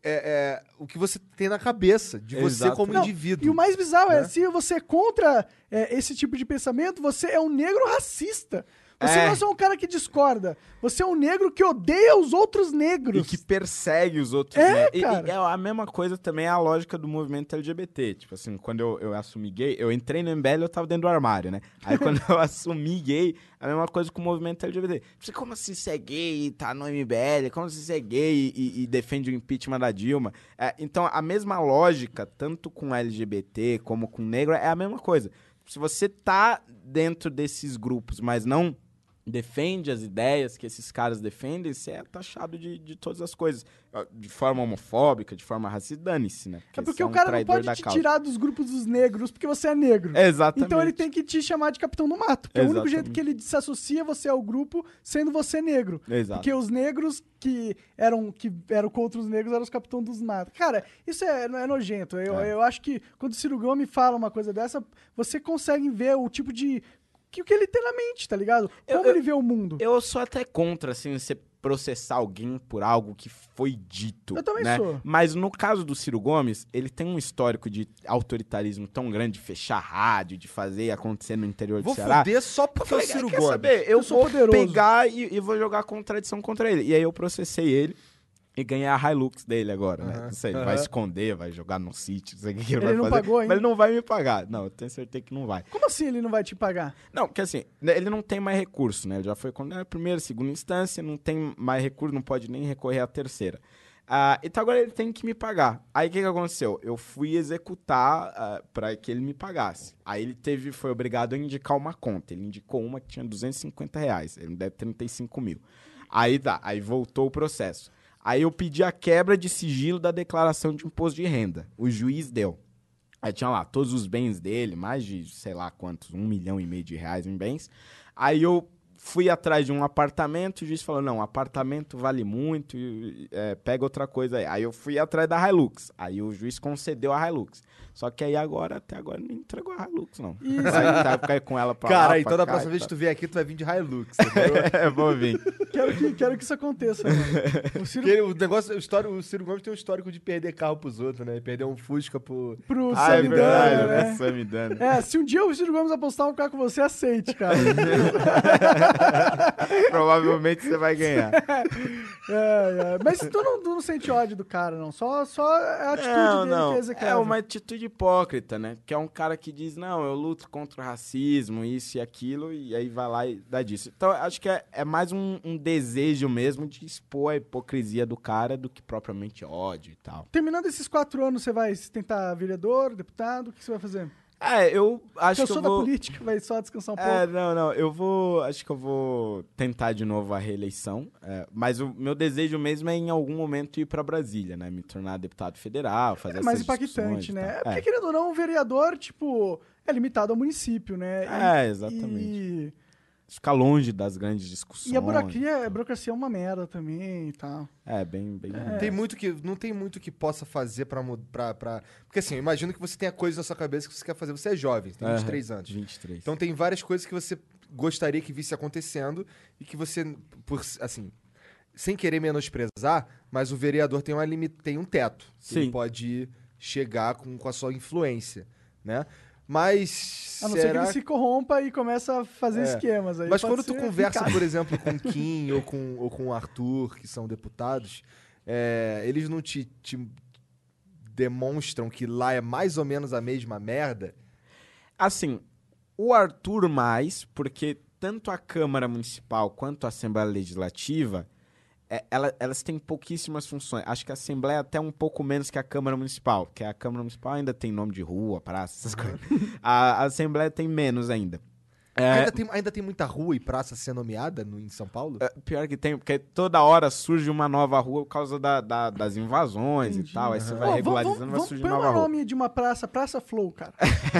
é, é, o que você tem na cabeça de você Exato. como Não, indivíduo. E o mais bizarro é, né? se você é contra é, esse tipo de pensamento, você é um negro racista. Você É. não é só um cara que discorda. Você é um negro que odeia os outros negros. E que persegue os outros. É, né? E- cara. E, é a mesma coisa também é a lógica do movimento L G B T. Tipo assim, quando eu, eu assumi gay, eu entrei no M B L e eu tava dentro do armário, né? Aí quando eu assumi gay, a mesma coisa com o movimento L G B T. Você, como assim você é gay e tá no M B L? Como assim você é gay e, e defende o impeachment da Dilma? É, então, a mesma lógica, tanto com L G B T como com negro, é a mesma coisa. Se você tá dentro desses grupos, mas não defende as ideias que esses caras defendem, você é taxado de, de todas as coisas. De forma homofóbica, de forma racista, dane-se, né? É porque você o um cara não traidor pode da te causa. tirar dos grupos dos negros porque você é negro. Exatamente. Então ele tem que te chamar de capitão do mato. Porque é o único Exatamente. jeito que ele se associa você ao grupo sendo você negro. Exato. Porque os negros que eram, que eram contra os negros eram os capitães dos matos. Cara, isso é, é nojento. Eu, É. eu acho que quando o Ciro Gomes fala uma coisa dessa, você consegue ver o tipo de... que o que ele tem na mente, tá ligado? Eu- Como eu- ele vê o mundo. Eu sou até contra, assim, você processar alguém por algo que foi dito. Eu também né? sou. Mas no caso do Ciro Gomes, ele tem um histórico de autoritarismo tão grande, de fechar rádio, de fazer acontecer no interior Vou do Ceará. foder só Eu porque é o falei, Ciro quer Gomes. saber? Eu, Eu sou vou poderoso. pegar e, e vou jogar contradição contra ele. E aí eu processei ele e ganhei a Hilux dele agora, né? Aham, Não sei, ele aham. vai esconder, vai jogar no sítio, não sei o que que ele, Ele vai não fazer. pagou ainda? Mas ele não vai me pagar. Não, eu tenho certeza que não vai. Como assim ele não vai te pagar? Não, porque assim, né, ele não tem mais recurso, né? Ele já foi condenado a primeira, segunda instância, não tem mais recurso, não pode nem recorrer à terceira. Ah, então agora ele tem que me pagar. Aí o que, que aconteceu? Eu fui executar ah, para que ele me pagasse. Aí ele teve, foi obrigado a indicar uma conta. Ele indicou uma que tinha duzentos e cinquenta reais. Ele me deve trinta e cinco mil. Aí tá, aí voltou o processo. Aí eu pedi a quebra de sigilo da declaração de imposto de renda. O juiz deu. Aí tinha lá todos os bens dele, mais de, sei lá quantos, um milhão e meio de reais em bens. Aí eu fui atrás de um apartamento, o juiz falou, não, apartamento vale muito, e, é, pega outra coisa aí. Aí eu fui atrás da Hilux. Aí o juiz concedeu a Hilux. Só que aí agora, até agora, não entregou a Hilux, não. Isso. Aí tá, ficar com ela pra Cara, lá, então pra da cá próxima e vez tal. que tu vier aqui, tu vai vir de Hilux. entendeu? É, vou vir. Quero que, quero que isso aconteça, mano. O Ciro Porque o negócio, o, histórico, o Ciro Gomes tem um histórico de perder carro pros outros, né? Perder um Fusca pro... pro Ah, é Samidana, verdade, né? né? Samidana. É, se um dia o Ciro Gomes apostar um carro com você, aceite, cara. Provavelmente você vai ganhar. É, é. Mas tu não, tu não sente ódio do cara, não. Só, só a atitude Não, dele não. que é É execrável. uma atitude hipócrita, né? Que é um cara que diz, não, eu luto contra o racismo, isso e aquilo, e aí vai lá e dá disso. Então, acho que é, é mais um, um desejo mesmo de expor a hipocrisia do cara do que propriamente ódio e tal. Terminando esses quatro anos, você vai tentar vereador, deputado? O que você vai fazer? É, eu acho Cansou que eu da vou... política, vai só descansar um pouco. É, não, não, eu vou, acho que eu vou tentar de novo a reeleição, é, mas o meu desejo mesmo é em algum momento ir pra Brasília, né, me tornar deputado federal, fazer É mais essas discussões impactante, e né? tal. É porque, É, querendo ou não, o vereador, tipo, é limitado ao município, né? É, exatamente. E, ficar longe das grandes discussões. e a burocracia, a burocracia é uma merda também e tal. É, bem, bem... Não tem muito que, não tem muito que possa fazer pra, mu- pra, pra... Porque assim, eu imagino que você tenha coisas na sua cabeça que você quer fazer. Você é jovem, você tem vinte e três anos. vinte e três. Então tem várias coisas que você gostaria que visse acontecendo e que você, por, assim, sem querer menosprezar, mas o vereador tem, uma limi- tem um teto. Que Sim. Ele pode chegar com, com a sua influência, né? Mas A não ser que será ele se corrompa e começa a fazer É. esquemas. Aí Mas pode quando tu ser conversa, complicado. por exemplo, com o Kim ou com, ou com o Arthur, que são deputados, é, eles não te, te demonstram que lá é mais ou menos a mesma merda? Assim, o Arthur mais, porque tanto a Câmara Municipal quanto a Assembleia Legislativa, é, ela- elas têm pouquíssimas funções. Acho que a Assembleia é até um pouco menos que a Câmara Municipal, porque a Câmara Municipal ainda tem nome de rua, praça, essas coisas. A, a Assembleia tem menos ainda. É, Ainda, tem, ainda tem muita rua e praça a ser nomeada no, em São Paulo? é, pior que tem, porque toda hora surge uma nova rua por causa da- da- das invasões Entendi. e tal. Aí você Ó, vai vamos- regularizando, vamos- vai vamos surgir põe nova o rua. nome de uma praça, Praça Flow, cara.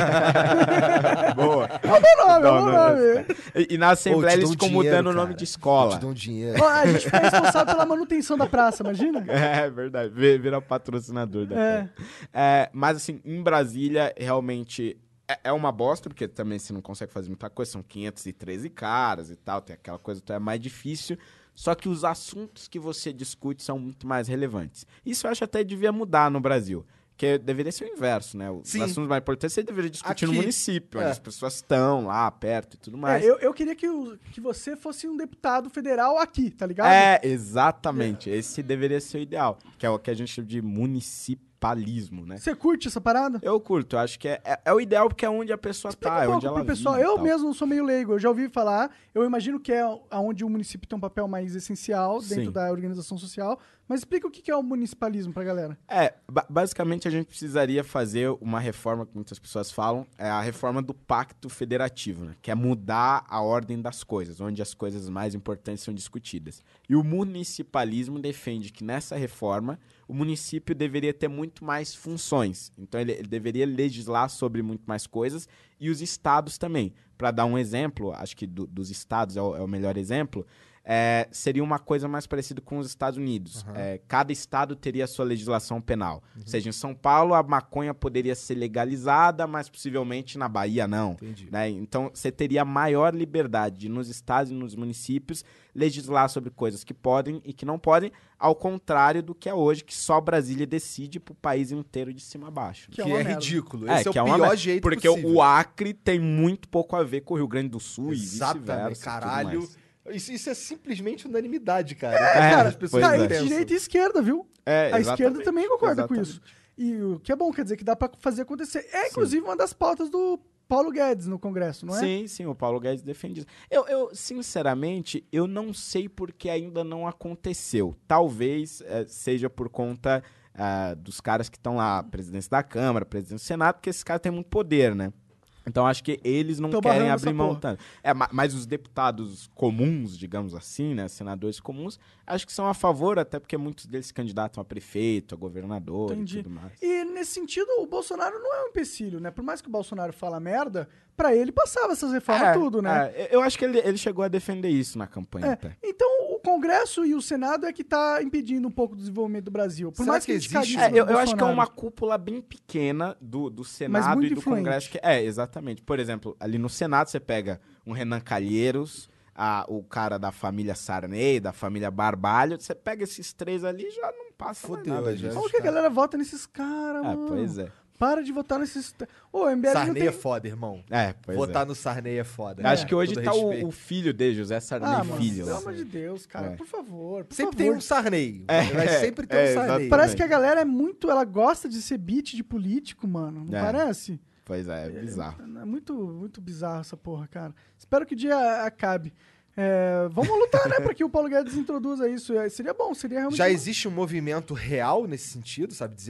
Boa. É um bom nome, é um Não, bom não, nome. E, e na Assembleia Ou te eles dão ficam dinheiro, mudando o nome cara. de escola. Te dão dinheiro. Ó, a gente fica responsável pela manutenção da praça, imagina? É verdade, Vi- vira patrocinador da É. coisa. É, mas assim, em Brasília, realmente é, é uma bosta, porque também você não consegue fazer muita coisa, são quinhentos e treze caras e tal, tem aquela coisa, então é mais difícil. Só que os assuntos que você discute são muito mais relevantes. Isso eu acho até que devia mudar no Brasil. Que deveria ser o inverso, né? Os Sim. assuntos mais importantes você deveria discutir no Aqui, município, é. onde as pessoas estão lá perto e tudo mais. É, eu, eu queria que, o- que você fosse um deputado federal aqui, tá ligado? É, exatamente. Esse deveria ser o ideal, que é o que a gente chama de municipalismo, né? Você curte essa parada? Eu curto, eu acho que é, é, é o ideal porque é onde a pessoa Explica tá, é um onde pouco ela pro pessoal. vive e Eu tal. mesmo sou meio leigo, eu já ouvi falar. Eu imagino que é onde o município tem um papel mais essencial dentro Sim. da organização social. Mas explica o que que é o municipalismo pra galera. É, ba- basicamente a gente precisaria fazer uma reforma que muitas pessoas falam, é a reforma do pacto federativo, né? Que é mudar a ordem das coisas, onde as coisas mais importantes são discutidas. E o municipalismo defende que nessa reforma o município deveria ter muito mais funções. Então ele, ele deveria legislar sobre muito mais coisas e os estados também. Para dar um exemplo, acho que do- dos estados é o, é o melhor exemplo, é, seria uma coisa mais parecida com os Estados Unidos. É, cada estado teria a sua legislação penal. Ou seja, em São Paulo a maconha poderia ser legalizada, mas possivelmente na Bahia não. Entendi. Né? Então você teria maior liberdade de, nos estados e nos municípios, legislar sobre coisas que podem e que não podem, ao contrário do que é hoje, que só Brasília decide pro país inteiro de cima a baixo. Que Que é é, uma merda. ridículo. É, Esse é, que o é uma pior merda, jeito porque possível. o Acre tem muito pouco a ver com o Rio Grande do Sul e Exatamente, vice-versa. e tudo caralho. mais. Isso, isso é simplesmente unanimidade, cara. É, Cara, as pessoas pois Tá, não e é. pensam. direita e esquerda, viu? É, A esquerda exatamente, também concorda com exatamente. isso. E o que é bom, quer dizer que dá pra fazer acontecer. É, inclusive, uma das pautas do Paulo Guedes no Congresso, não é? Sim, sim, o Paulo Guedes defende isso. Eu, eu, sinceramente, eu não sei porque ainda não aconteceu. Talvez eh, seja por conta ah, dos caras que estão lá, presidência da Câmara, presidente do Senado, porque esses caras têm muito poder, né? Então acho que eles não Tô querem barrando abrir essa mão porra. tanto. É, ma- mas os deputados comuns, digamos assim, né, senadores comuns, acho que são a favor, até porque muitos deles se candidatam a prefeito, a governador Entendi. e tudo mais. E nesse sentido, o Bolsonaro não é um empecilho, né? Por mais que o Bolsonaro fala merda, pra ele passava essas reformas É, tudo, né? é, eu acho que ele, ele chegou a defender isso na campanha É, até. então o Congresso e o Senado é que tá impedindo um pouco do desenvolvimento do Brasil. Por Será mais que que eles existe? caguem É, no eu, eu acho que é Bolsonaro. uma cúpula bem pequena do, do Senado muito e do influente. Congresso. Que, é, exatamente. Por exemplo, ali no Senado você pega um Renan Calheiros, a, o cara da família Sarney, da família Barbalho, você pega esses três ali já não passa mais Fudeu, nada já. disso. Como que a galera vota nesses caras, É, mano? pois é. Para de votar nesses... Ô, o M B L não Sarney tem... é foda, irmão. É, pois Votar é. no Sarney é foda. Acho né? que hoje Todo tá respeito. o, o filho dele, José Sarney Ah, mano, Filho. pelo lá. amor de Deus, cara, É. por favor, por Sempre favor. tem um Sarney. É, Vai sempre ter é, um Sarney. exatamente. Parece que a galera é muito... Ela gosta de ser beat de político, mano. Não É. parece? Pois é, é bizarro. É muito, muito bizarro essa porra, cara. Espero que o dia acabe. É, vamos lutar, né, pra que o Paulo Guedes introduza isso. É, seria bom, seria realmente Já bom. existe um movimento real nesse sentido, sabe dizer?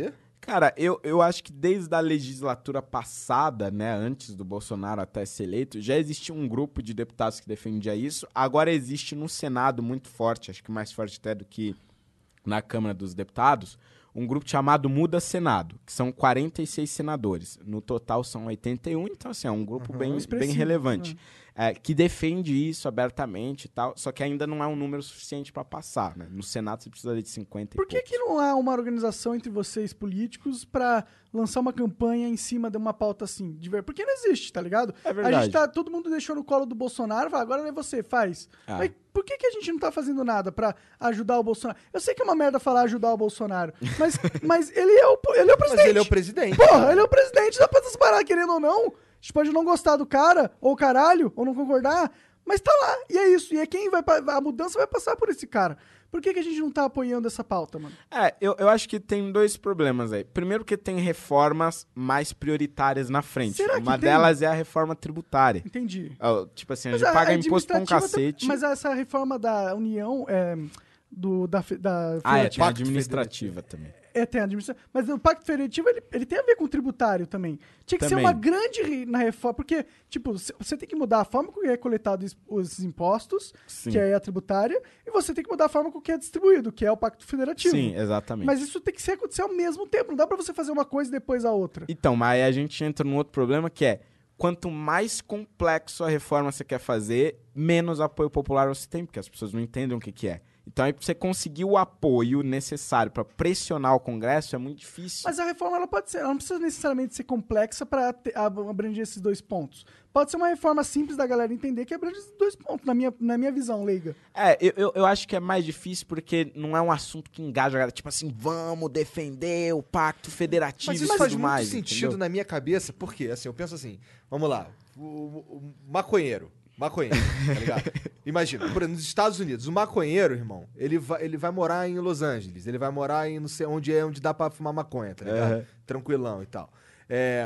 Cara, eu, eu acho que desde a legislatura passada, né, antes do Bolsonaro até ser eleito, já existia um grupo de deputados que defendia isso. Agora existe no Senado muito forte, acho que mais forte até do que na Câmara dos Deputados, um grupo chamado Muda Senado, que são quarenta e seis senadores. No total são oitenta e um, então assim, é um grupo uhum, bem, bem relevante. Né? É, que defende isso abertamente e tal, só que ainda não é um número suficiente para passar, né? No Senado você precisa de cinquenta Por e que poucos. que não há uma organização entre vocês políticos para lançar uma campanha em cima de uma pauta assim? De ver? Porque não existe, tá ligado? É verdade. A gente tá, todo mundo deixou no colo do Bolsonaro, fala, agora é você, faz. Ah. Mas por que que a gente não tá fazendo nada para ajudar o Bolsonaro? Eu sei que é uma merda falar ajudar o Bolsonaro, mas, mas ele, é o, ele é o presidente. Mas ele é o presidente. Porra, ele é o presidente, dá pra disparar querendo ou não. A gente pode não gostar do cara, ou caralho, ou não concordar, mas tá lá, e é isso. E é quem vai... A mudança vai passar por esse cara. Por que que a gente não tá apoiando essa pauta, mano? É, eu, eu acho que tem dois problemas aí. Primeiro que tem reformas mais prioritárias na frente. Será que Uma tem? delas é a reforma tributária. Entendi. Ó, tipo assim, a Mas gente a paga imposto pra um administrativa cacete. tam- Mas essa reforma da União, é, do, da, fe- da Ah, é, federativa- tem a administrativa também. É, tem a administrativa. Mas o Pacto Federativo, ele, ele tem a ver com o tributário também. Tinha que Também. ser uma grande re- na reforma, porque, tipo, c- você tem que mudar a forma com que é coletado os, os impostos, Sim. que é a tributária, e você tem que mudar a forma com que é distribuído, que é o Pacto Federativo. Sim, exatamente. Mas isso tem que ser, acontecer ao mesmo tempo. Não dá pra você fazer uma coisa e depois a outra. Então, mas aí a gente entra num outro problema que é, quanto mais complexo a reforma você quer fazer, menos apoio popular você tem, porque as pessoas não entendem o que, que é. Então, aí pra você conseguir o apoio necessário para pressionar o Congresso é muito difícil. Mas a reforma, ela pode ser, ela não precisa necessariamente ser complexa para abranger esses dois pontos. Pode ser uma reforma simples da galera entender que abrange esses dois pontos, na minha, na minha visão, leiga. É, eu, eu, eu acho que é mais difícil porque não é um assunto que engaja a galera. Tipo assim, vamos defender o pacto federativo Mas e isso tudo faz muito mais, sentido entendeu? na minha cabeça, porque, assim, eu penso assim, vamos lá, o, o- o maconheiro, maconheiro, tá ligado? Imagina, por exemplo, nos Estados Unidos, o maconheiro, irmão, ele vai, ele vai morar em Los Angeles, ele vai morar em não sei onde é, onde dá pra fumar maconha, tá ligado? Uhum. Tranquilão e tal. É,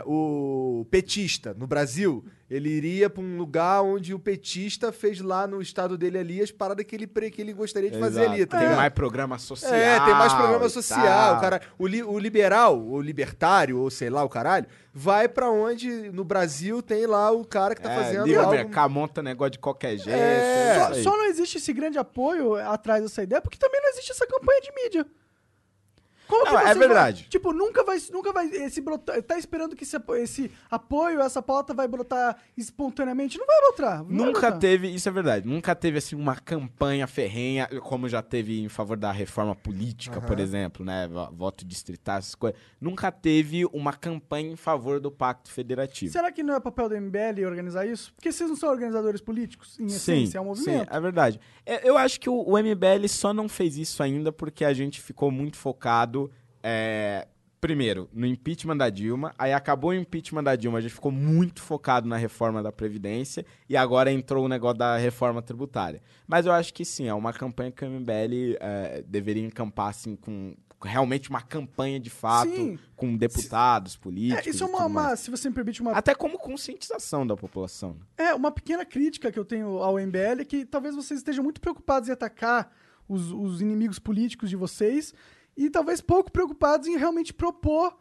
o petista, no Brasil, ele iria pra um lugar onde o petista fez lá no estado dele ali as paradas que ele, pre- que ele gostaria de fazer Exato. ali, tá Tem ligado? mais programa social. É, tem mais programa e social, tal. cara. O, li- o liberal, o libertário, ou sei lá, o caralho, vai pra onde no Brasil tem lá o cara que tá É, fazendo livre algo... mercado, monta negócio de qualquer jeito. É, isso Só, aí. só não existe esse grande apoio atrás dessa ideia, porque também não existe essa campanha de mídia. Como que Não, é você verdade. vai- tipo, nunca vai, nunca vai esse brotar, tá esperando que esse, apo- esse apoio, essa pauta vai brotar espontaneamente? Não vai brotar. não vai Nunca brotar. teve, isso é verdade, nunca teve assim uma campanha ferrenha, como já teve em favor da reforma política, por exemplo, né, vo- voto distrital, essas coisas. Nunca teve uma campanha em favor do pacto federativo. Será que não é papel do M B L organizar isso? Porque vocês não são organizadores políticos, em essência, é um movimento. Sim, é verdade. É, Eu acho que o, o M B L só não fez isso ainda porque a gente ficou muito focado, é, primeiro, no impeachment da Dilma, aí acabou o impeachment da Dilma, a gente ficou muito focado na reforma da Previdência e agora entrou o negócio da reforma tributária. Mas eu acho que sim, é uma campanha que o M B L é, deveria encampar assim, com realmente uma campanha de fato, Sim. com deputados, políticos É, isso é e uma, tudo uma- mais. se você me permite uma Até como conscientização da população. É, uma pequena crítica que eu tenho ao M B L é que talvez vocês estejam muito preocupados em atacar os, os inimigos políticos de vocês e talvez pouco preocupados em realmente propor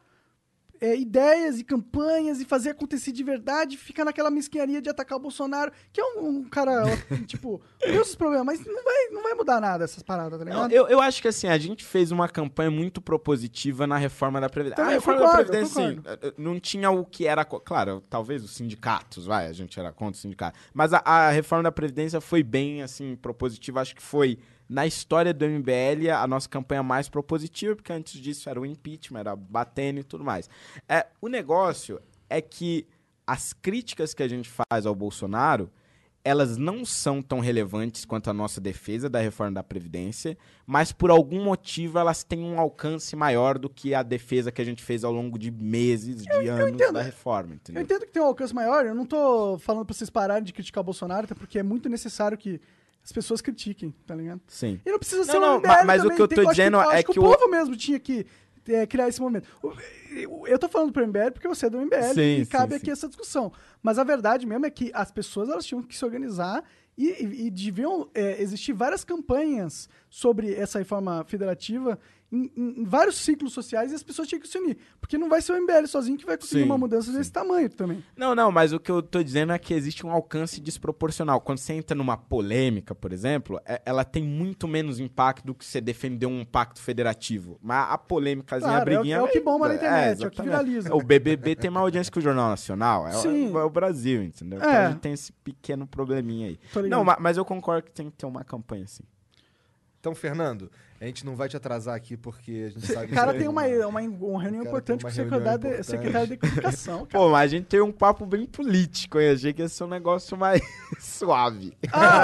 é, ideias e campanhas e fazer acontecer de verdade, ficar naquela mesquinharia de atacar o Bolsonaro, que é um, um cara, tipo, tem os problemas, mas não vai, não vai mudar nada essas paradas, tá Não, ligado? eu, eu acho que assim, a gente fez uma campanha muito propositiva na reforma da Previdência. Também, a eu reforma concordo, da Previdência, eu sim, eh, eh, não tinha o que era... co- Claro, talvez os sindicatos, vai, a gente era contra os sindicatos. Mas a, a reforma da Previdência foi bem, assim, propositiva. Acho que foi, na história do M B L, a nossa campanha mais propositiva, porque antes disso era o impeachment, era batendo e tudo mais. É, o negócio é que as críticas que a gente faz ao Bolsonaro, elas não são tão relevantes quanto a nossa defesa da reforma da Previdência, mas por algum motivo elas têm um alcance maior do que a defesa que a gente fez ao longo de meses, de anos entendo. da reforma, Eu entendeu? entendo que tem um alcance maior, eu não tô falando pra vocês pararem de criticar o Bolsonaro, até porque é muito necessário que as pessoas critiquem, tá ligado? Sim. E não precisa Não, ser não, um M B L ma- mas o também, que eu tem- tô acho dizendo acho é que, que o o- povo mesmo tinha que é, criar esse momento. O- Eu, eu tô falando pro M B L porque você é do M B L Sim, e sim, cabe sim. aqui essa discussão. Mas a verdade mesmo é que as pessoas elas tinham que se organizar e, e, e deviam é, existir várias campanhas sobre essa reforma federativa em, em- em vários ciclos sociais e as pessoas tinham que se unir. Porque não vai ser o M B L sozinho que vai conseguir Sim, uma mudança sim. desse tamanho também. Não, não, mas o que eu tô dizendo é que existe um alcance desproporcional. Quando você entra numa polêmica, por exemplo, é- ela tem muito menos impacto do que você defender um pacto federativo. Mas a polêmicazinha, Claro, a briguinha... é o- é o que bomba na internet, é o que exatamente. viraliza. O B B B tem mais audiência que o Jornal Nacional. É, o- Sim. é o Brasil, entendeu? Então É. a gente tem esse pequeno probleminha aí. Tô ligado. Não, ma- mas eu concordo que tem que ter uma campanha assim. Então, Fernando, a gente não vai te atrasar aqui porque a gente sabe... O cara que- tem uma, uma, uma reunião O cara importante tem com uma o reunião secretário de, importante. secretário de comunicação. cara. Pô, mas a gente tem um papo bem político, hein? Achei que ia ser um negócio mais suave.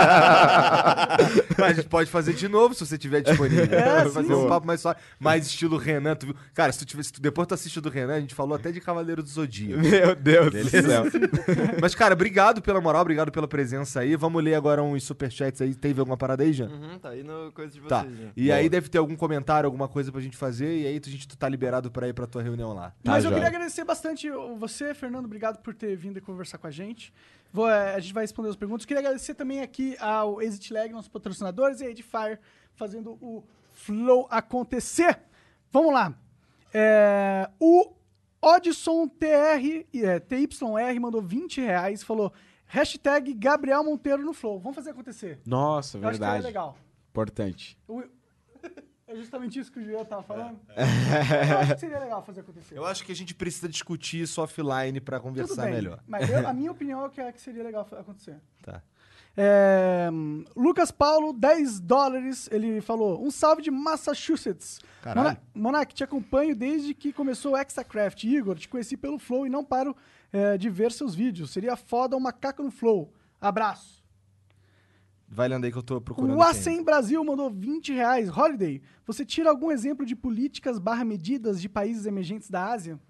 Mas a gente pode fazer de novo se você tiver disponível. É, Vai fazer sim, um sim. papo mais só, mais estilo Renan. Tu viu? Cara, se tu tivesse, tu- depois tu assistiu do Renan, a gente falou até de Cavaleiro do Zodíaco. Meu Deus Beleza? do céu. Mas, cara, obrigado pela moral, obrigado pela presença aí. Vamos ler agora uns superchats aí. Teve alguma parada aí, Jean? Uhum, tá aí no coisa de vocês. Tá. né? E aí deve ter algum comentário, alguma coisa pra gente fazer. E aí tu- a gente tu tá liberado pra ir pra tua reunião lá. Tá, Mas eu joia. queria agradecer bastante você, Fernando. Obrigado por ter vindo e conversar com a gente. Vou, eh, a gente vai responder as perguntas. Queria agradecer também aqui ao Exit Lag, nossos patrocinadores, e a Edifier, fazendo o Flow acontecer. Vamos lá. É, o Odson T R, é, T Y R mandou vinte reais, falou hashtag Gabriel Monteiro no Flow. Vamos fazer acontecer. Nossa, Eu acho que verdade. seria legal. Importante. O- É justamente isso que o Juliano tava falando? Eu acho que seria legal fazer acontecer. Eu acho que a gente precisa discutir isso offline pra Tudo conversar bem, melhor. mas eu- a minha opinião é que, é que seria legal fa- acontecer. Tá. É, hum, Lucas Paulo, dez dólares, ele falou, um salve de Massachusetts. Caralho. Mona- Monark, te acompanho desde que começou o Exacraft. Igor, te conheci pelo Flow e não paro é, de ver seus vídeos. Seria foda um macaco no Flow. Abraço. Vai lendo aí que eu tô procurando. O quem. Acem Brasil mandou vinte reais. Holiday, você tira algum exemplo de políticas barra medidas de países emergentes da Ásia?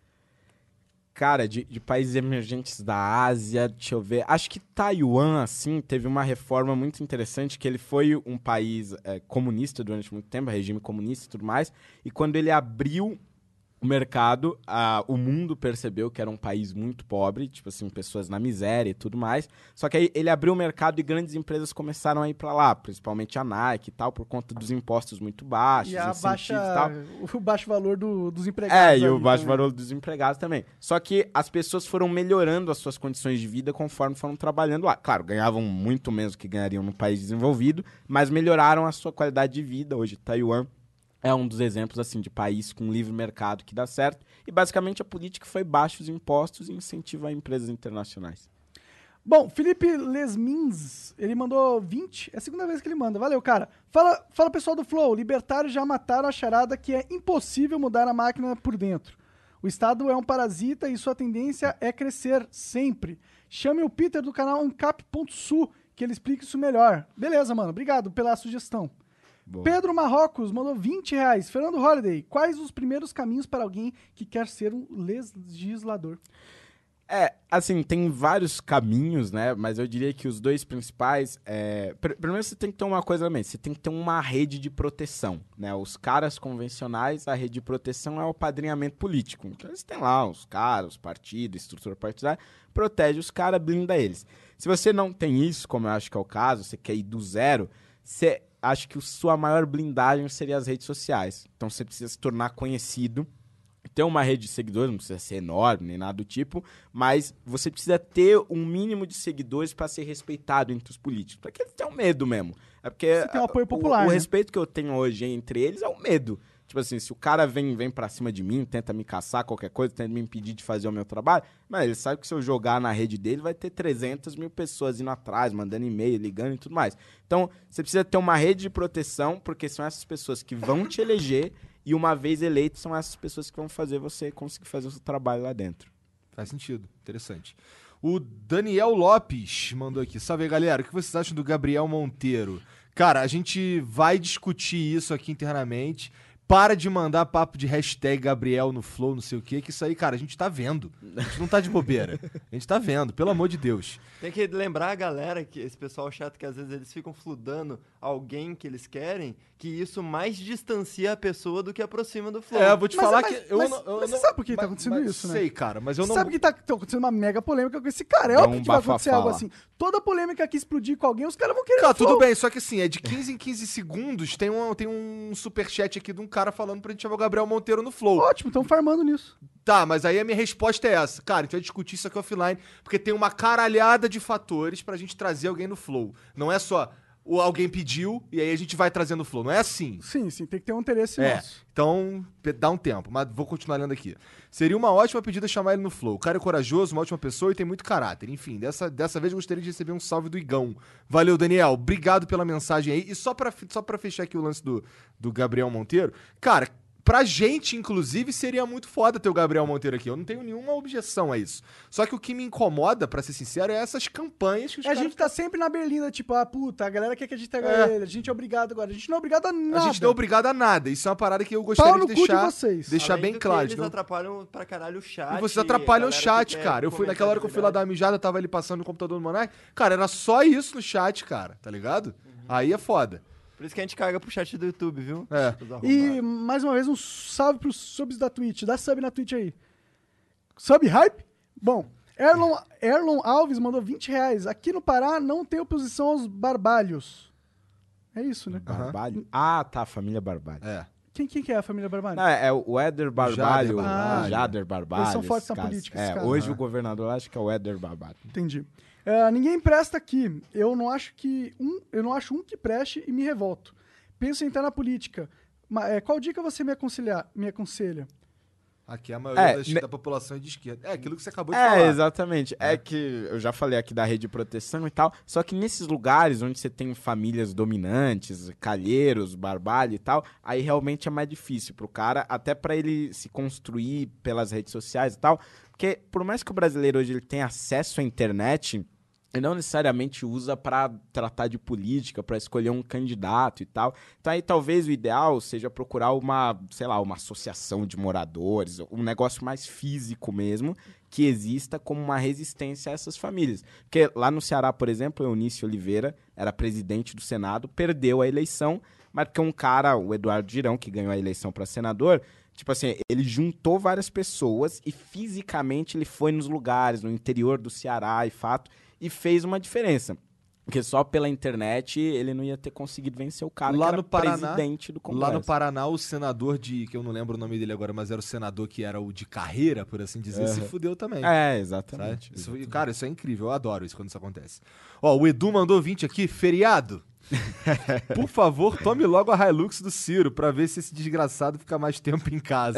Cara, de, de países emergentes da Ásia, deixa eu ver. Acho que Taiwan, assim, teve uma reforma muito interessante, que ele foi um país é, comunista durante muito tempo, regime comunista e tudo mais, e quando ele abriu o mercado, a, o mundo percebeu que era um país muito pobre, tipo assim, pessoas na miséria e tudo mais, só que aí ele abriu o mercado e grandes empresas começaram a ir pra lá, principalmente a Nike e tal, por conta dos impostos muito baixos, E a incentivos baixa, e tal. o baixo valor do- dos empregados. É, e o ali baixo também. valor dos empregados também. Só que as pessoas foram melhorando as suas condições de vida conforme foram trabalhando lá. Claro, ganhavam muito menos do que ganhariam no país desenvolvido, mas melhoraram a sua qualidade de vida. Hoje, Taiwan é um dos exemplos assim de país com livre mercado que dá certo. E basicamente a política foi baixos impostos e incentivo a empresas internacionais. Bom, Felipe Lesmins, ele mandou vinte. É a segunda vez que ele manda. Valeu, cara. Fala, fala pessoal do Flow. Libertários já mataram a charada que é impossível mudar a máquina por dentro. O Estado é um parasita e sua tendência é crescer sempre. Chame o Peter do canal ancap ponto sul que ele explica isso melhor. Beleza, mano. Obrigado pela sugestão. Boa. Pedro Marrocos mandou vinte reais. Fernando Holiday, quais os primeiros caminhos para alguém que quer ser um legislador? É, assim, tem vários caminhos, né? Mas eu diria que os dois principais é... pr- Primeiro você tem que ter uma coisa também, você tem que ter uma rede de proteção, né? Os caras convencionais, a rede de proteção é o padrinhamento político. Então eles têm lá os caras, os partidos, estrutura partidária, protege os caras, blinda eles. Se você não tem isso, como eu acho que é o caso, você quer ir do zero, você acha que a sua maior blindagem seria as redes sociais. Então você precisa se tornar conhecido, ter uma rede de seguidores, não precisa ser enorme nem nada do tipo, mas você precisa ter um mínimo de seguidores para ser respeitado entre os políticos, porque eles têm um medo mesmo. É porque Você tem um apoio o- popular, o, né? respeito que eu tenho hoje entre eles é o medo. Tipo assim, se o cara vem, vem pra cima de mim, tenta me caçar, qualquer coisa, tenta me impedir de fazer o meu trabalho, mas ele sabe que se eu jogar na rede dele, vai ter trezentas mil pessoas indo atrás, mandando e-mail, ligando e tudo mais. Então, você precisa ter uma rede de proteção, porque são essas pessoas que vão te eleger e uma vez eleito, são essas pessoas que vão fazer você conseguir fazer o seu trabalho lá dentro. Faz sentido, interessante. O Daniel Lopes mandou aqui. Salve aí, galera. O que vocês acham do Gabriel Monteiro? Cara, a gente vai discutir isso aqui internamente. Para de mandar papo de hashtag Gabriel no Flow, não sei o quê, que isso aí, cara, a gente tá vendo. A gente não tá de bobeira. A gente tá vendo, pelo amor de Deus. Tem que lembrar a galera, que esse pessoal chato, que às vezes eles ficam fludando alguém que eles querem, que isso mais distancia a pessoa do que aproxima do Flow. É, eu vou te Mas- falar mas- que... Eu mas- não, eu mas você não- sabe por que tá mas- acontecendo mas isso, né? Sei, cara, mas eu Você não... sabe que tá, tá acontecendo uma mega polêmica com esse cara. É Dá óbvio um que vai acontecer bafafá algo lá. assim. Toda polêmica que explodir com alguém, os caras vão querer Tá, o Flow. tudo bem, só que assim, é de quinze em quinze segundos, tem um, tem um superchat aqui de um cara cara falando pra gente chamar o Gabriel Monteiro no Flow. Ótimo, estão farmando nisso. Tá, mas aí a minha resposta é essa. Cara, a gente vai discutir isso aqui offline, porque tem uma caralhada de fatores pra gente trazer alguém no Flow. Não é só o alguém pediu e aí a gente vai trazendo o Flow. Não é assim. Sim, sim, tem que ter um interesse É, nosso. então pe- dá um tempo, mas vou continuar lendo aqui. Seria uma ótima pedida chamar ele no Flow. O cara é corajoso, uma ótima pessoa e tem muito caráter. Enfim, dessa, dessa vez eu gostaria de receber um salve do Igão. Valeu, Daniel. Obrigado pela mensagem aí. E só pra, só pra fechar aqui o lance do, do Gabriel Monteiro, cara, pra gente, inclusive, seria muito foda ter o Gabriel Monteiro aqui. Eu não tenho nenhuma objeção a isso. Só que o que me incomoda, pra ser sincero, é essas campanhas que os A caras... gente tá sempre na berlinda, tipo, ah, puta, a galera quer que a gente tenha É. ele, a gente é obrigado agora. A gente não é obrigado a nada. A gente não é obrigado a nada. Isso é uma parada que eu Pau gostaria no de cu de deixar, vocês. deixar Além bem do que claro. Eles Não... atrapalham pra caralho o chat. E vocês atrapalham a o galera chat, que quer cara. Eu fui comentar naquela hora de que eu fui lá dar verdade. uma mijada, tava ali passando no computador do Monark. Cara, era só isso no chat, cara, tá ligado? Aí é foda. Por isso que a gente caga pro chat do YouTube, viu? É. Os E, arrombados. mais uma vez, um salve pros subs da Twitch. Dá sub na Twitch aí. Sub hype? Bom, Erlon, Erlon Alves mandou vinte reais. Aqui no Pará não tem oposição aos barbalhos. É isso, né? Barbalho? Ah, tá, família Barbalho. É. Quem, quem que é a família Barbalho? Não, é o Éder Barbalho, Barbalho. o Jader Barbalho. Eles são fortes esses na caras. política, esses É, caras. hoje Ah. o governador acho que é o Éder Barbalho. Entendi. É, ninguém presta aqui. Eu não acho que um, eu não acho um que preste e me revolto. Penso em entrar na política. Ma- é, qual dica você me, aconselhar, me aconselha? Aqui a maioria É, das- ne- da população é de esquerda. É aquilo que você acabou de É, falar. exatamente. É que eu já falei aqui da rede de proteção e tal, só que nesses lugares onde você tem famílias dominantes, calheiros, barbalho e tal, aí realmente é mais difícil pro cara, até pra ele se construir pelas redes sociais e tal, porque por mais que o brasileiro hoje ele tenha acesso à internet, ele não necessariamente usa pra tratar de política, pra escolher um candidato e tal. Então aí talvez o ideal seja procurar uma, sei lá, uma associação de moradores, um negócio mais físico mesmo, que exista como uma resistência a essas famílias. Porque lá no Ceará, por exemplo, Eunício Oliveira era presidente do Senado, perdeu a eleição, mas porque um cara, o Eduardo Girão, que ganhou a eleição para senador, tipo assim, ele juntou várias pessoas e fisicamente ele foi nos lugares, no interior do Ceará, e fato, e fez uma diferença. Porque só pela internet ele não ia ter conseguido vencer o cara Lá que era no Paraná- presidente do Congresso. Lá no Paraná, o senador de... que eu não lembro o nome dele agora, mas era o senador que era o de carreira, por assim dizer, se Uhum. fudeu também. É, Sabe? exatamente. Isso- cara, isso é incrível, eu adoro isso quando isso acontece. Ó, o Edu mandou vinte aqui, feriado. Por favor, tome logo a Hilux do Ciro pra ver se esse desgraçado fica mais tempo em casa.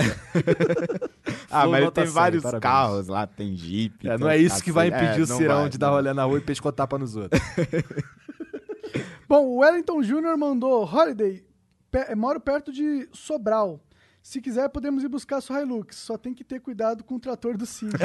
Ah, Flow mas ele nota tem cem, vários parabéns. carros lá, tem Jeep. É, tem não é um isso que vai cacete. impedir É, o não Cirão vai, de dar não. rolê na rua e pescotar tapa nos outros. Bom, o Wellington Júnior mandou Holiday, pe- moro perto de Sobral. Se quiser, podemos ir buscar a sua Hilux. Só tem que ter cuidado com o trator do Cid.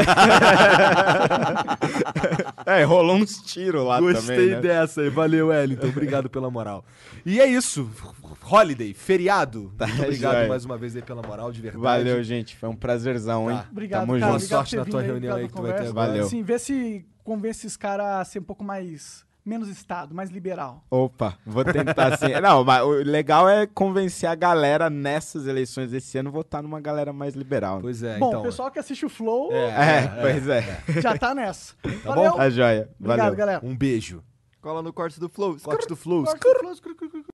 É, rolou uns tiros lá Gostei também, né? dessa aí. Valeu, Wellington. Obrigado pela moral. E é isso. Holiday, feriado. Tá, Muito obrigado joia. mais uma vez aí pela moral, de verdade. Valeu, gente. Foi um prazerzão, hein? Tá. Obrigado, Tamo cara. junto. Obrigado Sorte por na ter tua vindo reunião aí obrigado que tu vai ter pela agora. conversa. Valeu. Sim, vê se convence esses caras a ser um pouco mais... menos Estado, mais liberal. Opa, vou tentar sim. Não, mas o legal é convencer a galera nessas eleições desse ano votar numa galera mais liberal. Né? Pois é, Bom, então. o pessoal que assiste o Flow É, pois é. já tá nessa. Tá Valeu. bom? Tá joia. Obrigado, Valeu. galera. Um beijo. Cola no corte do Flow. Corte do Flow. Corta o Flow.